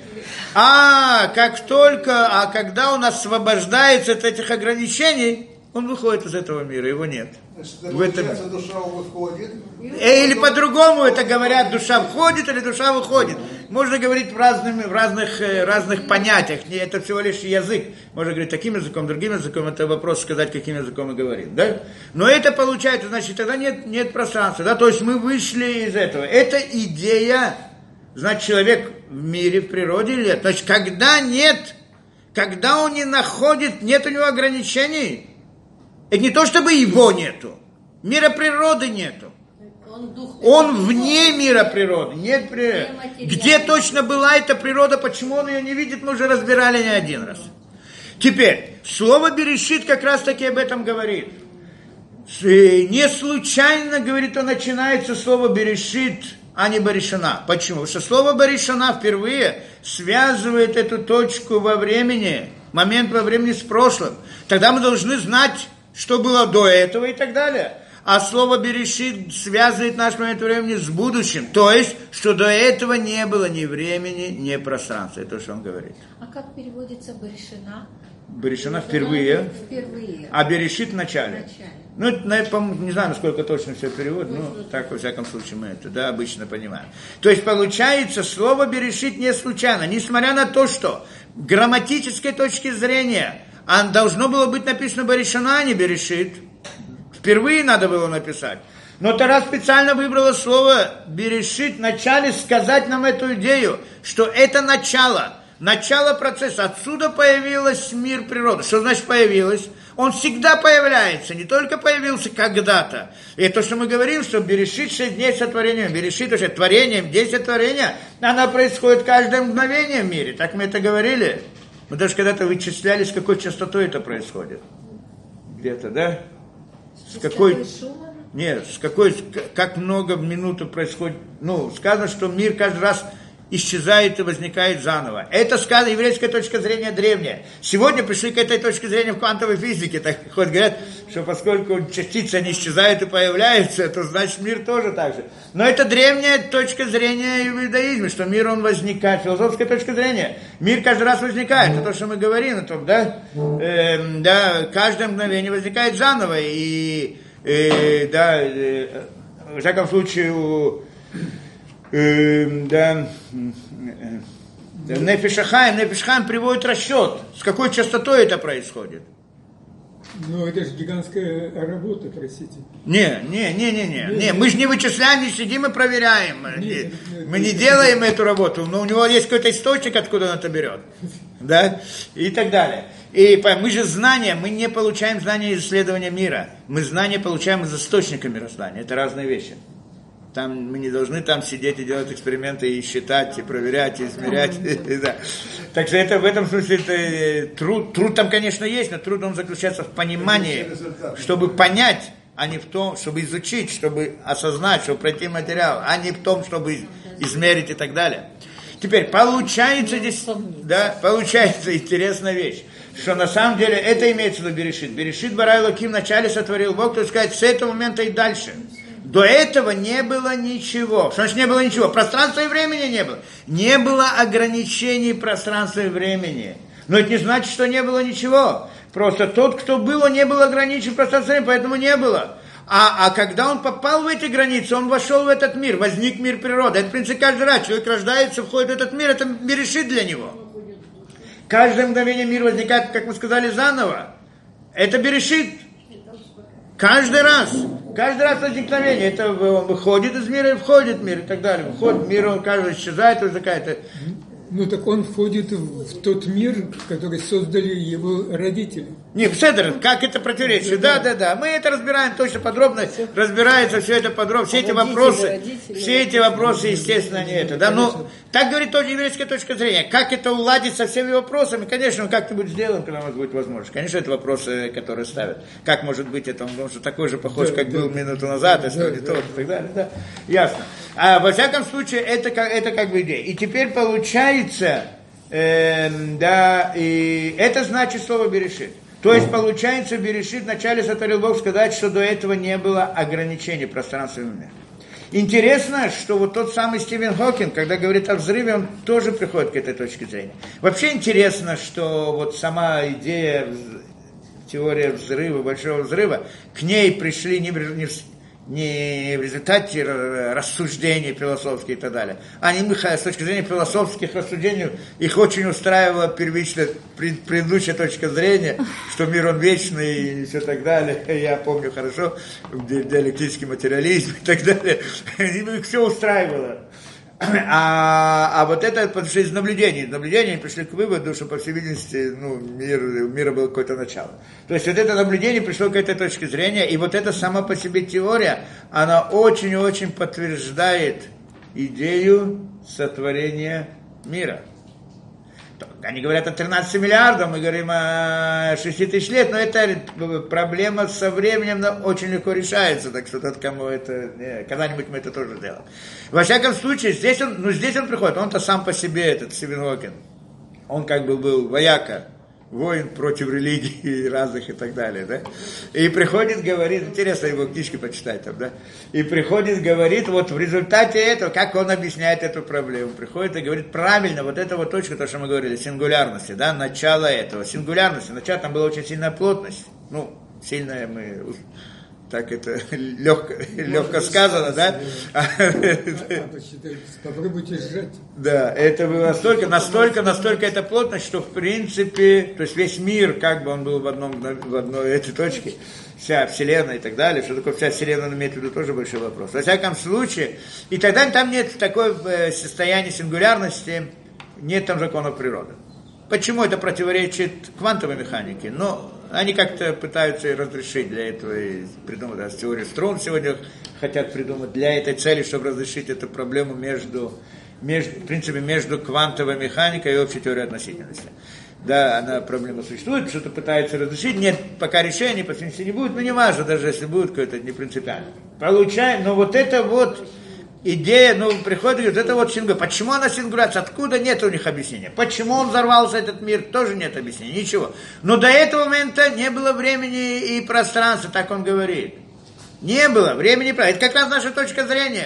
Когда он освобождается от этих ограничений, он выходит из этого мира, его нет. Значит, душа выходит. Или по-другому это говорят, душа входит или душа выходит. Можно говорить в разных понятиях. Это всего лишь язык. Можно говорить таким языком, другим языком. Это вопрос сказать, каким языком мы говорим. Да? Но это получается, значит, тогда нет пространства. Да? То есть мы вышли из этого. Это идея, значит, человек в мире, в природе или нет. Значит, когда он не находит, нет у него ограничений. Это не то, чтобы его нету. Мира природы нету. Он вне мира природы. Нет природы. Где точно была эта природа, почему он ее не видит, мы уже разбирали не один раз. Теперь, слово «берешит» как раз таки об этом говорит. Не случайно, говорит, он начинается слово «берешит», а не «баришана». Почему? Потому что слово «баришана» впервые связывает эту точку во времени, момент во времени с прошлым. Тогда мы должны знать, что было до этого и так далее. А слово «берешит» связывает наш момент времени с будущим. То есть, что до этого не было ни времени, ни пространства. Это то, что он говорит. А как переводится «берешина»? Берешина впервые, а «берешит» в начале. Ну, это, не знаю, насколько точно все перевод, но так, во всяком случае, мы это обычно понимаем. То есть, получается, слово «берешит» не случайно, несмотря на то, что грамматической точки зрения должно было быть написано «берешина», а не «берешит». Впервые надо было написать. Но Тора специально выбрала слово «берешит» в начале сказать нам эту идею, что это начало процесса. Отсюда появился мир природы. Что значит появилось? Он всегда появляется, не только появился когда-то. И то, что мы говорим, что «берешит» 6 дней сотворения, «берешит» то есть творением, 10 творения, она происходит каждое мгновение в мире. Так мы это говорили. Мы даже когда-то вычисляли, с какой частотой это происходит. Где-то, да? С какой... Нет, как много в минуту происходит. Сказано, что мир каждый раз исчезает и возникает заново. Это сказано, еврейская точка зрения древняя. Сегодня пришли к этой точке зрения в квантовой физике. Так хоть говорят, что поскольку частицы не исчезают и появляются, то значит мир тоже так же. Но это древняя точка зрения в иудаизме, что мир он возникает. Философская точка зрения. Мир каждый раз возникает. Это то, что мы говорим о том, да? Каждое мгновение возникает заново. И в всяком случае, Нефеш хаим приводит расчет, с какой частотой это происходит. Ну, это же гигантская работа, простите. Не, мы же не вычисляем, не сидим и проверяем. Мы не делаем эту работу, но у него есть какой-то источник, откуда он это берет. Да? И так далее. И мы же знания, мы не получаем знания из исследования мира. Мы знания получаем из источника мироздания. Это разные вещи. Там мы не должны там сидеть и делать эксперименты, и считать, и проверять, и измерять. Так что это в этом смысле это, труд там, конечно, есть, но труд он заключается в понимании, чтобы понять, а не в том, чтобы изучить, чтобы осознать, чтобы пройти материал, а не в том, чтобы измерить и так далее. Теперь получается здесь, да, получается интересная вещь, что на самом деле это имеется в виду Берешит. Берешит bara Элоким вначале сотворил Бог, то есть сказать, с этого момента и дальше. До этого не было ничего. Что значит не было ничего? Пространства и времени не было. Не было ограничений пространства и времени. Но это не значит, что не было ничего. Просто тот, кто был, он не был ограничен пространством и времени, поэтому не было. А когда он попал в эти границы, он вошел в этот мир, возник мир природы. Это, в принципе, каждый раз человек рождается, входит в этот мир, это Берешит для него. Каждое мгновение мир возникает, как мы сказали, заново. Это Берешит. Каждый раз возникновение, это он выходит из мира и входит в мир и так далее. Выходит в мир, он каждый исчезает, возникает. Ну так он входит в тот мир, который создали его родители. Не, Седер, как это противоречит? Да. Мы это разбираем точно подробно, разбирается все это подробно, все эти вопросы, естественно, не это. Да, но так говорит тоже еврейская точка зрения. Как это уладить со всеми вопросами? Конечно, мы как-нибудь сделаем, когда у нас будет возможность. Конечно, это вопросы, которые ставят. Как может быть это? Он может такой же похож, как был минуту назад, если не то, и так далее. Да. Ясно. А во всяком случае, это как бы идея. И теперь получается, и это значит слово Берешит. То есть, получается, Берешит вначале сотворил Бог сказать, что до этого не было ограничений пространства и времени. Интересно, что вот тот самый Стивен Хокинг, когда говорит о взрыве, он тоже приходит к этой точке зрения. Вообще интересно, что вот сама идея, теория взрыва, большого взрыва, к ней пришли не в результате рассуждений философских и так далее. Они, с точки зрения философских рассуждений, их очень устраивала первичная, предыдущая точка зрения, что мир он вечный и все так далее. Я помню хорошо, диалектический материализм и так далее. Их все устраивало. А вот это, потому что из наблюдений пришли к выводу, что, по всей видимости, у мира было какое-то начало. То есть вот это наблюдение пришло к этой точке зрения, и вот эта сама по себе теория, она очень-очень подтверждает идею сотворения мира. Они говорят о 13 миллиардах, мы говорим о 6 тысяч лет, но это проблема со временем очень легко решается, так что тот, кому это... когда-нибудь мы это тоже сделаем. Во всяком случае, здесь он приходит, он-то сам по себе, этот Стивен Хокинг, он как бы был вояка, воин против религии разных и так далее, да? И приходит, говорит, интересно его книжки почитать там, да? И приходит, говорит, вот в результате этого, как он объясняет эту проблему, приходит и говорит, правильно, вот эта вот точка, то, что мы говорили, сингулярности, да, начало этого, сингулярности, начало, там была очень сильная плотность, сильная мы... Так это легко сказано, да? Попробуйте сжать. Да, это было настолько это плотность, что в принципе, то есть весь мир, как бы он был в одной этой точке, вся Вселенная и так далее, что такое вся Вселенная, он имеет в виду тоже большой вопрос. Во всяком случае, и тогда там нет такой состояния сингулярности, нет там законов природы. Почему это противоречит квантовой механике? Но они как-то пытаются разрешить для этого, и придумать теорию струн сегодня хотят придумать для этой цели, чтобы разрешить эту проблему между квантовой механикой и общей теорией относительности. Да, она проблема существует, что-то пытается разрешить, нет пока решения, по сути не будет, но не важно, даже если будет какое-то, не принципиально. Получаем, но вот это вот идея, приходит и говорит, это вот сингулярность. Почему она сингулярность? Откуда? Нет у них объяснения. Почему он взорвался, этот мир? Тоже нет объяснения. Ничего. Но до этого момента не было времени и пространства, так он говорит. Не было времени. Это как раз наша точка зрения.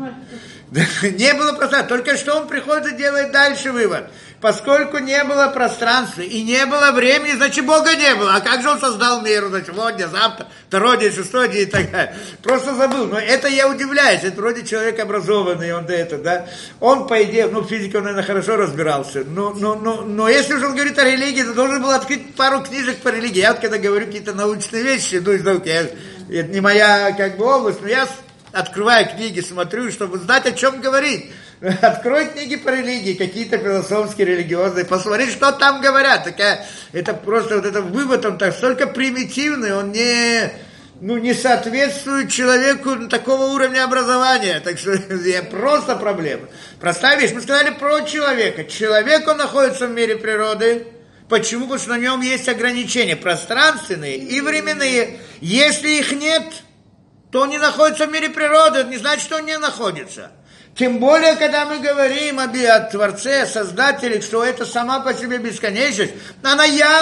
Не было пространства. Только что он приходит и делает дальше вывод. Поскольку не было пространства и не было времени, значит, Бога не было. А как же он создал мир? Значит, сегодня, завтра, второй день, шестой день и так далее. Просто забыл. Но это я удивляюсь. Это вроде человек образованный, он это, да. Он, по идее, в физике он, наверное, хорошо разбирался. Но если уже он говорит о религии, то должен был открыть пару книжек по религии. Я вот когда говорю какие-то научные вещи, из науки, это не моя, область, но я открываю книги, смотрю, чтобы знать, о чем говорить. Открой книги по религии, какие-то философские, религиозные, посмотри, что там говорят. Это просто вот этот вывод, он настолько примитивный, он не соответствует человеку такого уровня образования. Так что просто проблема. Простая вещь, мы сказали про человека. Человек, он находится в мире природы. Почему? Потому что на нем есть ограничения пространственные и временные. Если их нет, то он не находится в мире природы, это не значит, что он не находится. Тем более, когда мы говорим о Творце, о Создателе, что это сама по себе бесконечность, она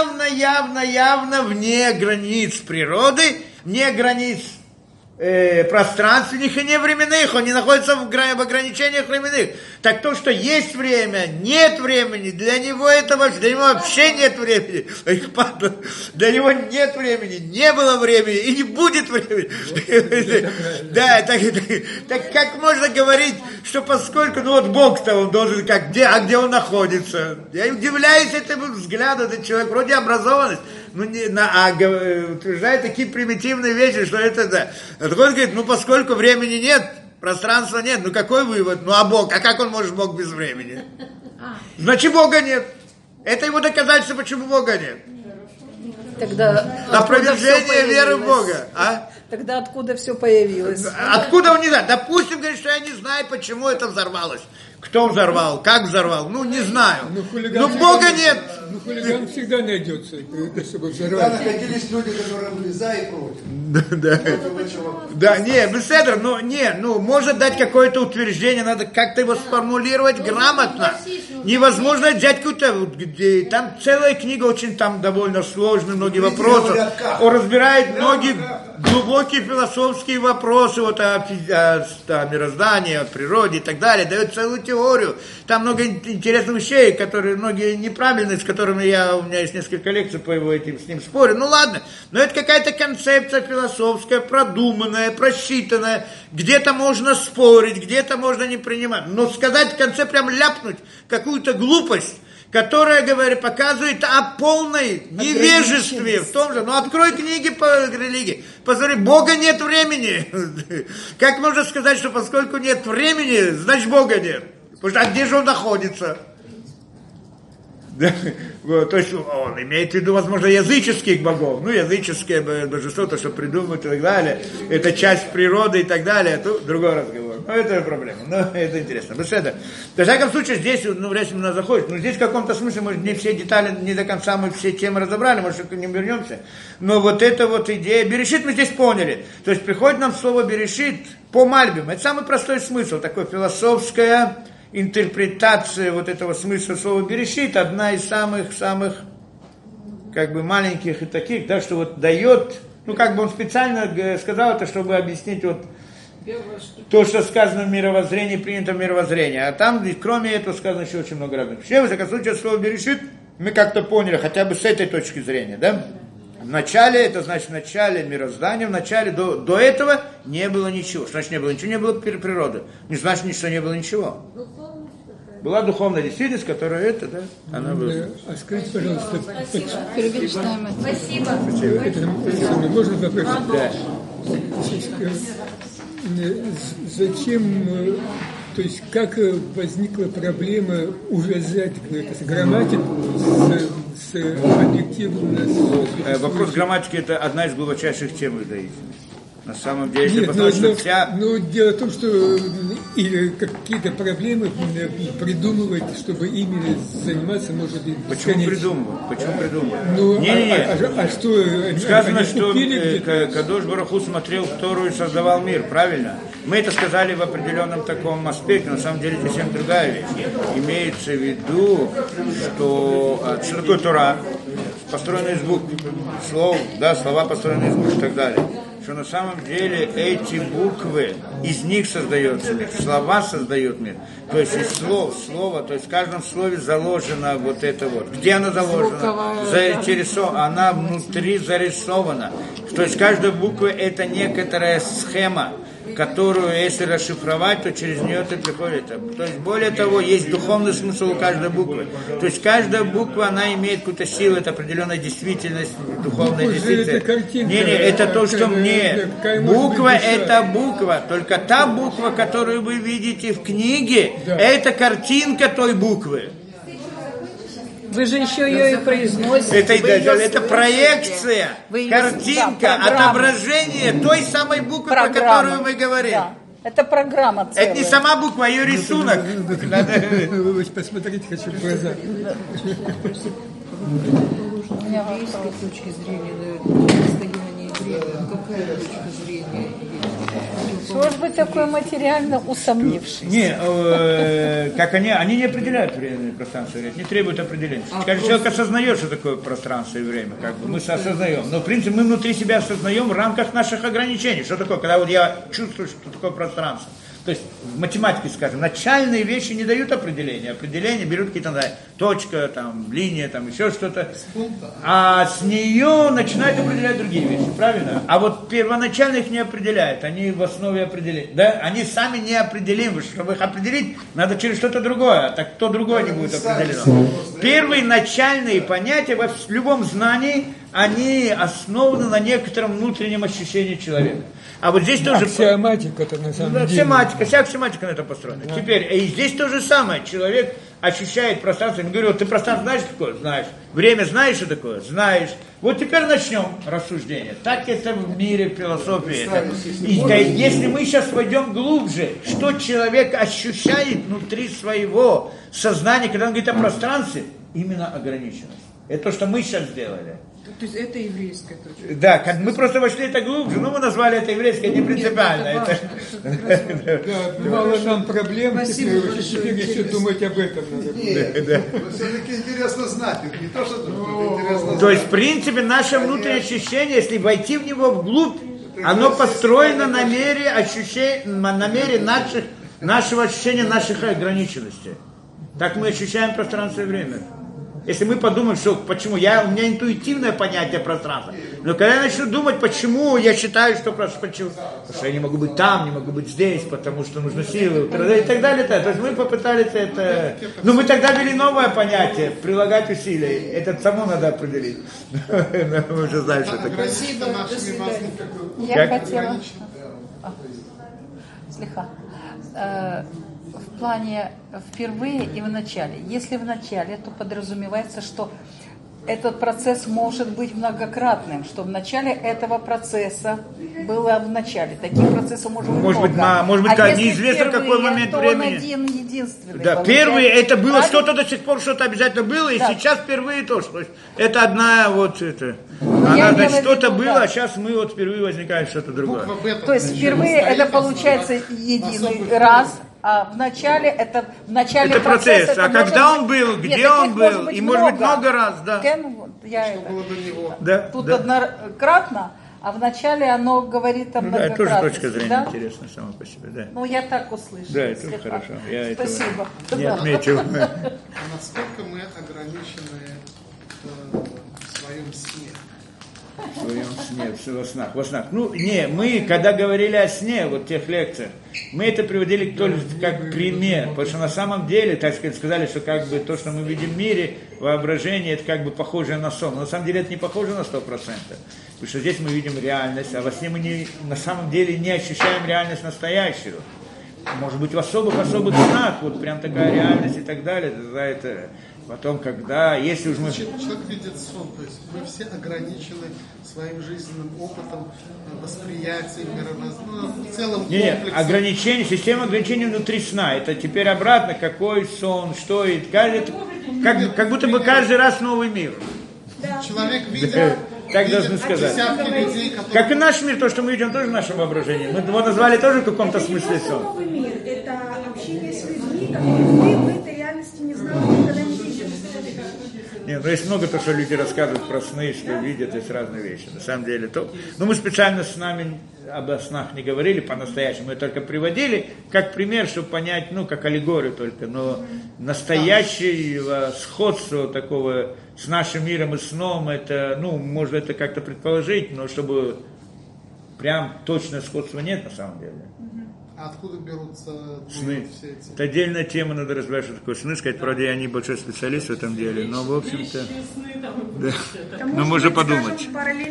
явно вне границ природы, вне границ пространственных и не временных, он не находится в ограничениях временных. Так то, что есть время, нет времени, для него вообще нет времени. Для него нет времени, не было времени и не будет времени. Да, так как можно говорить, что поскольку, Бог-то он должен, где он находится? Я удивляюсь этому взгляду, этот человек вроде образованность, утверждает такие примитивные вещи, что это да. А он говорит, поскольку времени нет, пространства нет, какой вывод? А Бог, а как он может Бог без времени? Значит, Бога нет. Это его доказательство, почему Бога нет. Тогда опровержение веры в Бога. Тогда откуда все появилось? Откуда он не знает? Допустим, говорит, что я не знаю, почему это взорвалось. Кто взорвал, как взорвал, не знаю. Но Бога нет. Хулиган всегда найдется, чтобы взорвать. Да, находились люди, которые были за и против. Да, беседер, может дать какое-то утверждение, надо как-то его сформулировать грамотно. Невозможно взять какую-то, там целая книга очень там довольно сложная, многие вопросы. Он разбирает многие глубокие философские вопросы о мироздании, о природе и так далее, дает целую теорию. Там много интересных вещей, которые многие неправильные, с которыми у меня есть несколько лекций по его с ним спорю. Ладно, но это какая-то концепция философская, продуманная, просчитанная. Где-то можно спорить, где-то можно не принимать. Но сказать в конце, прям ляпнуть какую-то глупость, которая, показывает о полной невежестве в том же. Открой книги по религии. Посмотри, Бога нет времени. Как можно сказать, что поскольку нет времени, значит Бога нет? Потому что, где же он находится? То есть он имеет в виду, возможно, языческих богов. Языческое божество, то, что придумывают и так далее. Это часть природы и так далее. Это другой разговор. Это проблема. Это интересно. В всяком случае, здесь, вряд ли у нас заходит. Здесь в каком-то смысле, может, не все детали, не до конца мы все темы разобрали, может, к ним вернемся. Но эта идея Берешит мы здесь поняли. То есть приходит нам слово Берешит по Мальбиму. Это самый простой смысл, такое философское интерпретация этого смысла слова Берешит, одна из самых маленьких и таких, да, что дает, он специально сказал это, чтобы объяснить то, что сказано в мировоззрении, принято в мировоззрении. А там, кроме этого, сказано еще очень много разных вещей. В всяком случае, слово Берешит мы как-то поняли, хотя бы с этой точки зрения, да? В начале, это значит в начале мироздания, в начале, до этого не было ничего. Что значит не было ничего? Не было природы. Не значит, что не было ничего. Была духовная действительность, которая она была. А скажите, пожалуйста, Спасибо. Можно вопрос? Да. Зачем, то есть как возникла проблема увязать грамматику с объективным? Вопрос грамматики – это одна из глубочайших тем иудаизма. На самом деле, потому что вся... дело в том, что какие-то проблемы придумывать, чтобы ими заниматься, может быть, Почему придумывать? А что? Сказано, что Кадош Барух Ху смотрел в Тору и создавал мир, правильно? Мы это сказали в определенном таком аспекте, на самом деле совсем другая вещь. Имеется в виду, что такое Тора? Построена из букв, слов, слова построены из букв и так далее. что на самом деле эти буквы, из них создается мир, слова создают мир. То есть из слова, то есть в каждом слове заложено вот это вот. Где она заложена? Она внутри зарисована. То есть каждая буква это некоторая схема, которую, если расшифровать, то через нее ты приходишь. То есть, более того, есть духовный смысл у каждой буквы. То есть, каждая буква, она имеет какую-то силу, это определенная действительность, духовная действительность. Не, это то, что мне... Буква – это буква, только та буква, которую вы видите в книге, это картинка той буквы. Вы же еще ее и произносите. Это проекция, картинка, отображение той самой буквы, про которую мы говорим. Да. Это программа целая. Это не сама буква, а ее рисунок. Вы посмотрите, хочу в глаза. У меня еврейской точки зрения, состояние еврея, какая точка зрения? Чего ж вы такой материально усомнившись? Как они не определяют время и пространство и время, не требуют определения. Когда человек осознает, что такое пространство и время, мы осознаем. Но в принципе мы внутри себя осознаем в рамках наших ограничений. Что такое, когда вот я чувствую, что такое пространство. То есть в математике, скажем, начальные вещи не дают определения. Определения берут какие-то, точка, там, линия, там, еще что-то. А с нее начинают определять другие вещи, правильно? А вот первоначально их не определяют, они в основе определения. Да? Они сами не определимы. Чтобы их определить, надо через что-то другое, а так то другое не будет определено. Первые начальные понятия в любом знании, они основаны на некотором внутреннем ощущении человека. А вот здесь тоже... Аксиоматика-то на самом деле. Вся аксиоматика на это построена. Да. Теперь, и здесь то же самое. Человек ощущает пространство. Я говорю, ты пространство знаешь, что такое? Знаешь. Время знаешь, что такое? Знаешь. Вот теперь начнем рассуждение. Так это в мире философии. Если мы сейчас войдем глубже, что человек ощущает внутри своего сознания, когда он говорит о пространстве, именно ограниченность. Это то, что мы сейчас сделали. То есть это еврейская точка. Да, мы просто вошли это глубже, но мы назвали это еврейское, не принципиально. Мало нам проблем, теперь еще думать об этом надо. Все-таки интересно знать, не то, что интересно знать. То есть, в принципе, наше внутреннее ощущение, если войти в него вглубь, оно построено на мере нашего ощущения наших ограниченностей. Так мы ощущаем пространство и время. Если мы подумаем, что почему, у меня интуитивное понятие пространства, но когда я начну думать, почему я считаю, что почему, потому что я не могу быть там, не могу быть здесь, потому что нужны силы, и так далее. То есть мы попытались это, мы тогда ввели новое понятие, прилагать усилия, это само надо определить. Мы уже знаем, что такое. Я хотела... Слегка. В плане впервые и в начале. Если в начале, то подразумевается, что этот процесс может быть многократным, что в начале этого процесса было в начале. Таких процессов может быть много. Может быть, неизвестно в какой момент времени. Он один единственный. Да, первый это было что-то до сих пор, что-то обязательно было, и сейчас впервые тоже. То есть это одна вот это. Она что-то было, а сейчас мы вот впервые возникает что-то другое. То есть впервые это получается единый раз. А в начале это процесс. А когда он был, где он был, и может быть много раз, да. Тут однократно, а в начале оно говорит о многократности. Это тоже точка зрения интересная сама по себе, да. Я так услышала. Да, это хорошо. Спасибо. Не отметил. Насколько мы ограничены в своем сне? В своем сне, во снах. Мы, когда говорили о сне, вот в тех лекциях, мы это приводили только как пример, потому что на самом деле, так сказать, сказали, что как бы то, что мы видим в мире, воображение, это как бы похоже на сон. Но на самом деле это не похоже на 100%, потому что здесь мы видим реальность, а во сне мы на самом деле не ощущаем реальность настоящую. Может быть, в особых снах, вот прям такая реальность и так далее, за это... Потом, когда, если уж мы... Человек видит сон, то есть мы все ограничены своим жизненным опытом, восприятием, в целом комплексом. Нет, ограничение, система ограничений внутри сна. Это теперь обратно, какой сон, что и... Как будто бы каждый раз новый мир. Человек видит... Так должны сказать. Как и наш мир, то, что мы видим, тоже в нашем воображении. Мы его назвали тоже в каком-то смысле сон. Новый мир – это общение с людьми, которые вы в этой реальности не знали, никогда не видели. Не, ну есть много то, что люди рассказывают про сны, что видят, есть разные вещи. На самом деле то. Но мы специально с нами об снах не говорили по-настоящему, мы только приводили как пример, чтобы понять, ну, как аллегорию только, но настоящего сходства такого с нашим миром и сном, это, ну, можно это как-то предположить, но чтобы прям точное сходства нет на самом деле. А откуда берутся Сны. все эти? Это отдельная тема, надо разбирать, что такое сны. Сказать, правда, я не большой специалист в этом деле, но, в общем-то, да. Но можно подумать.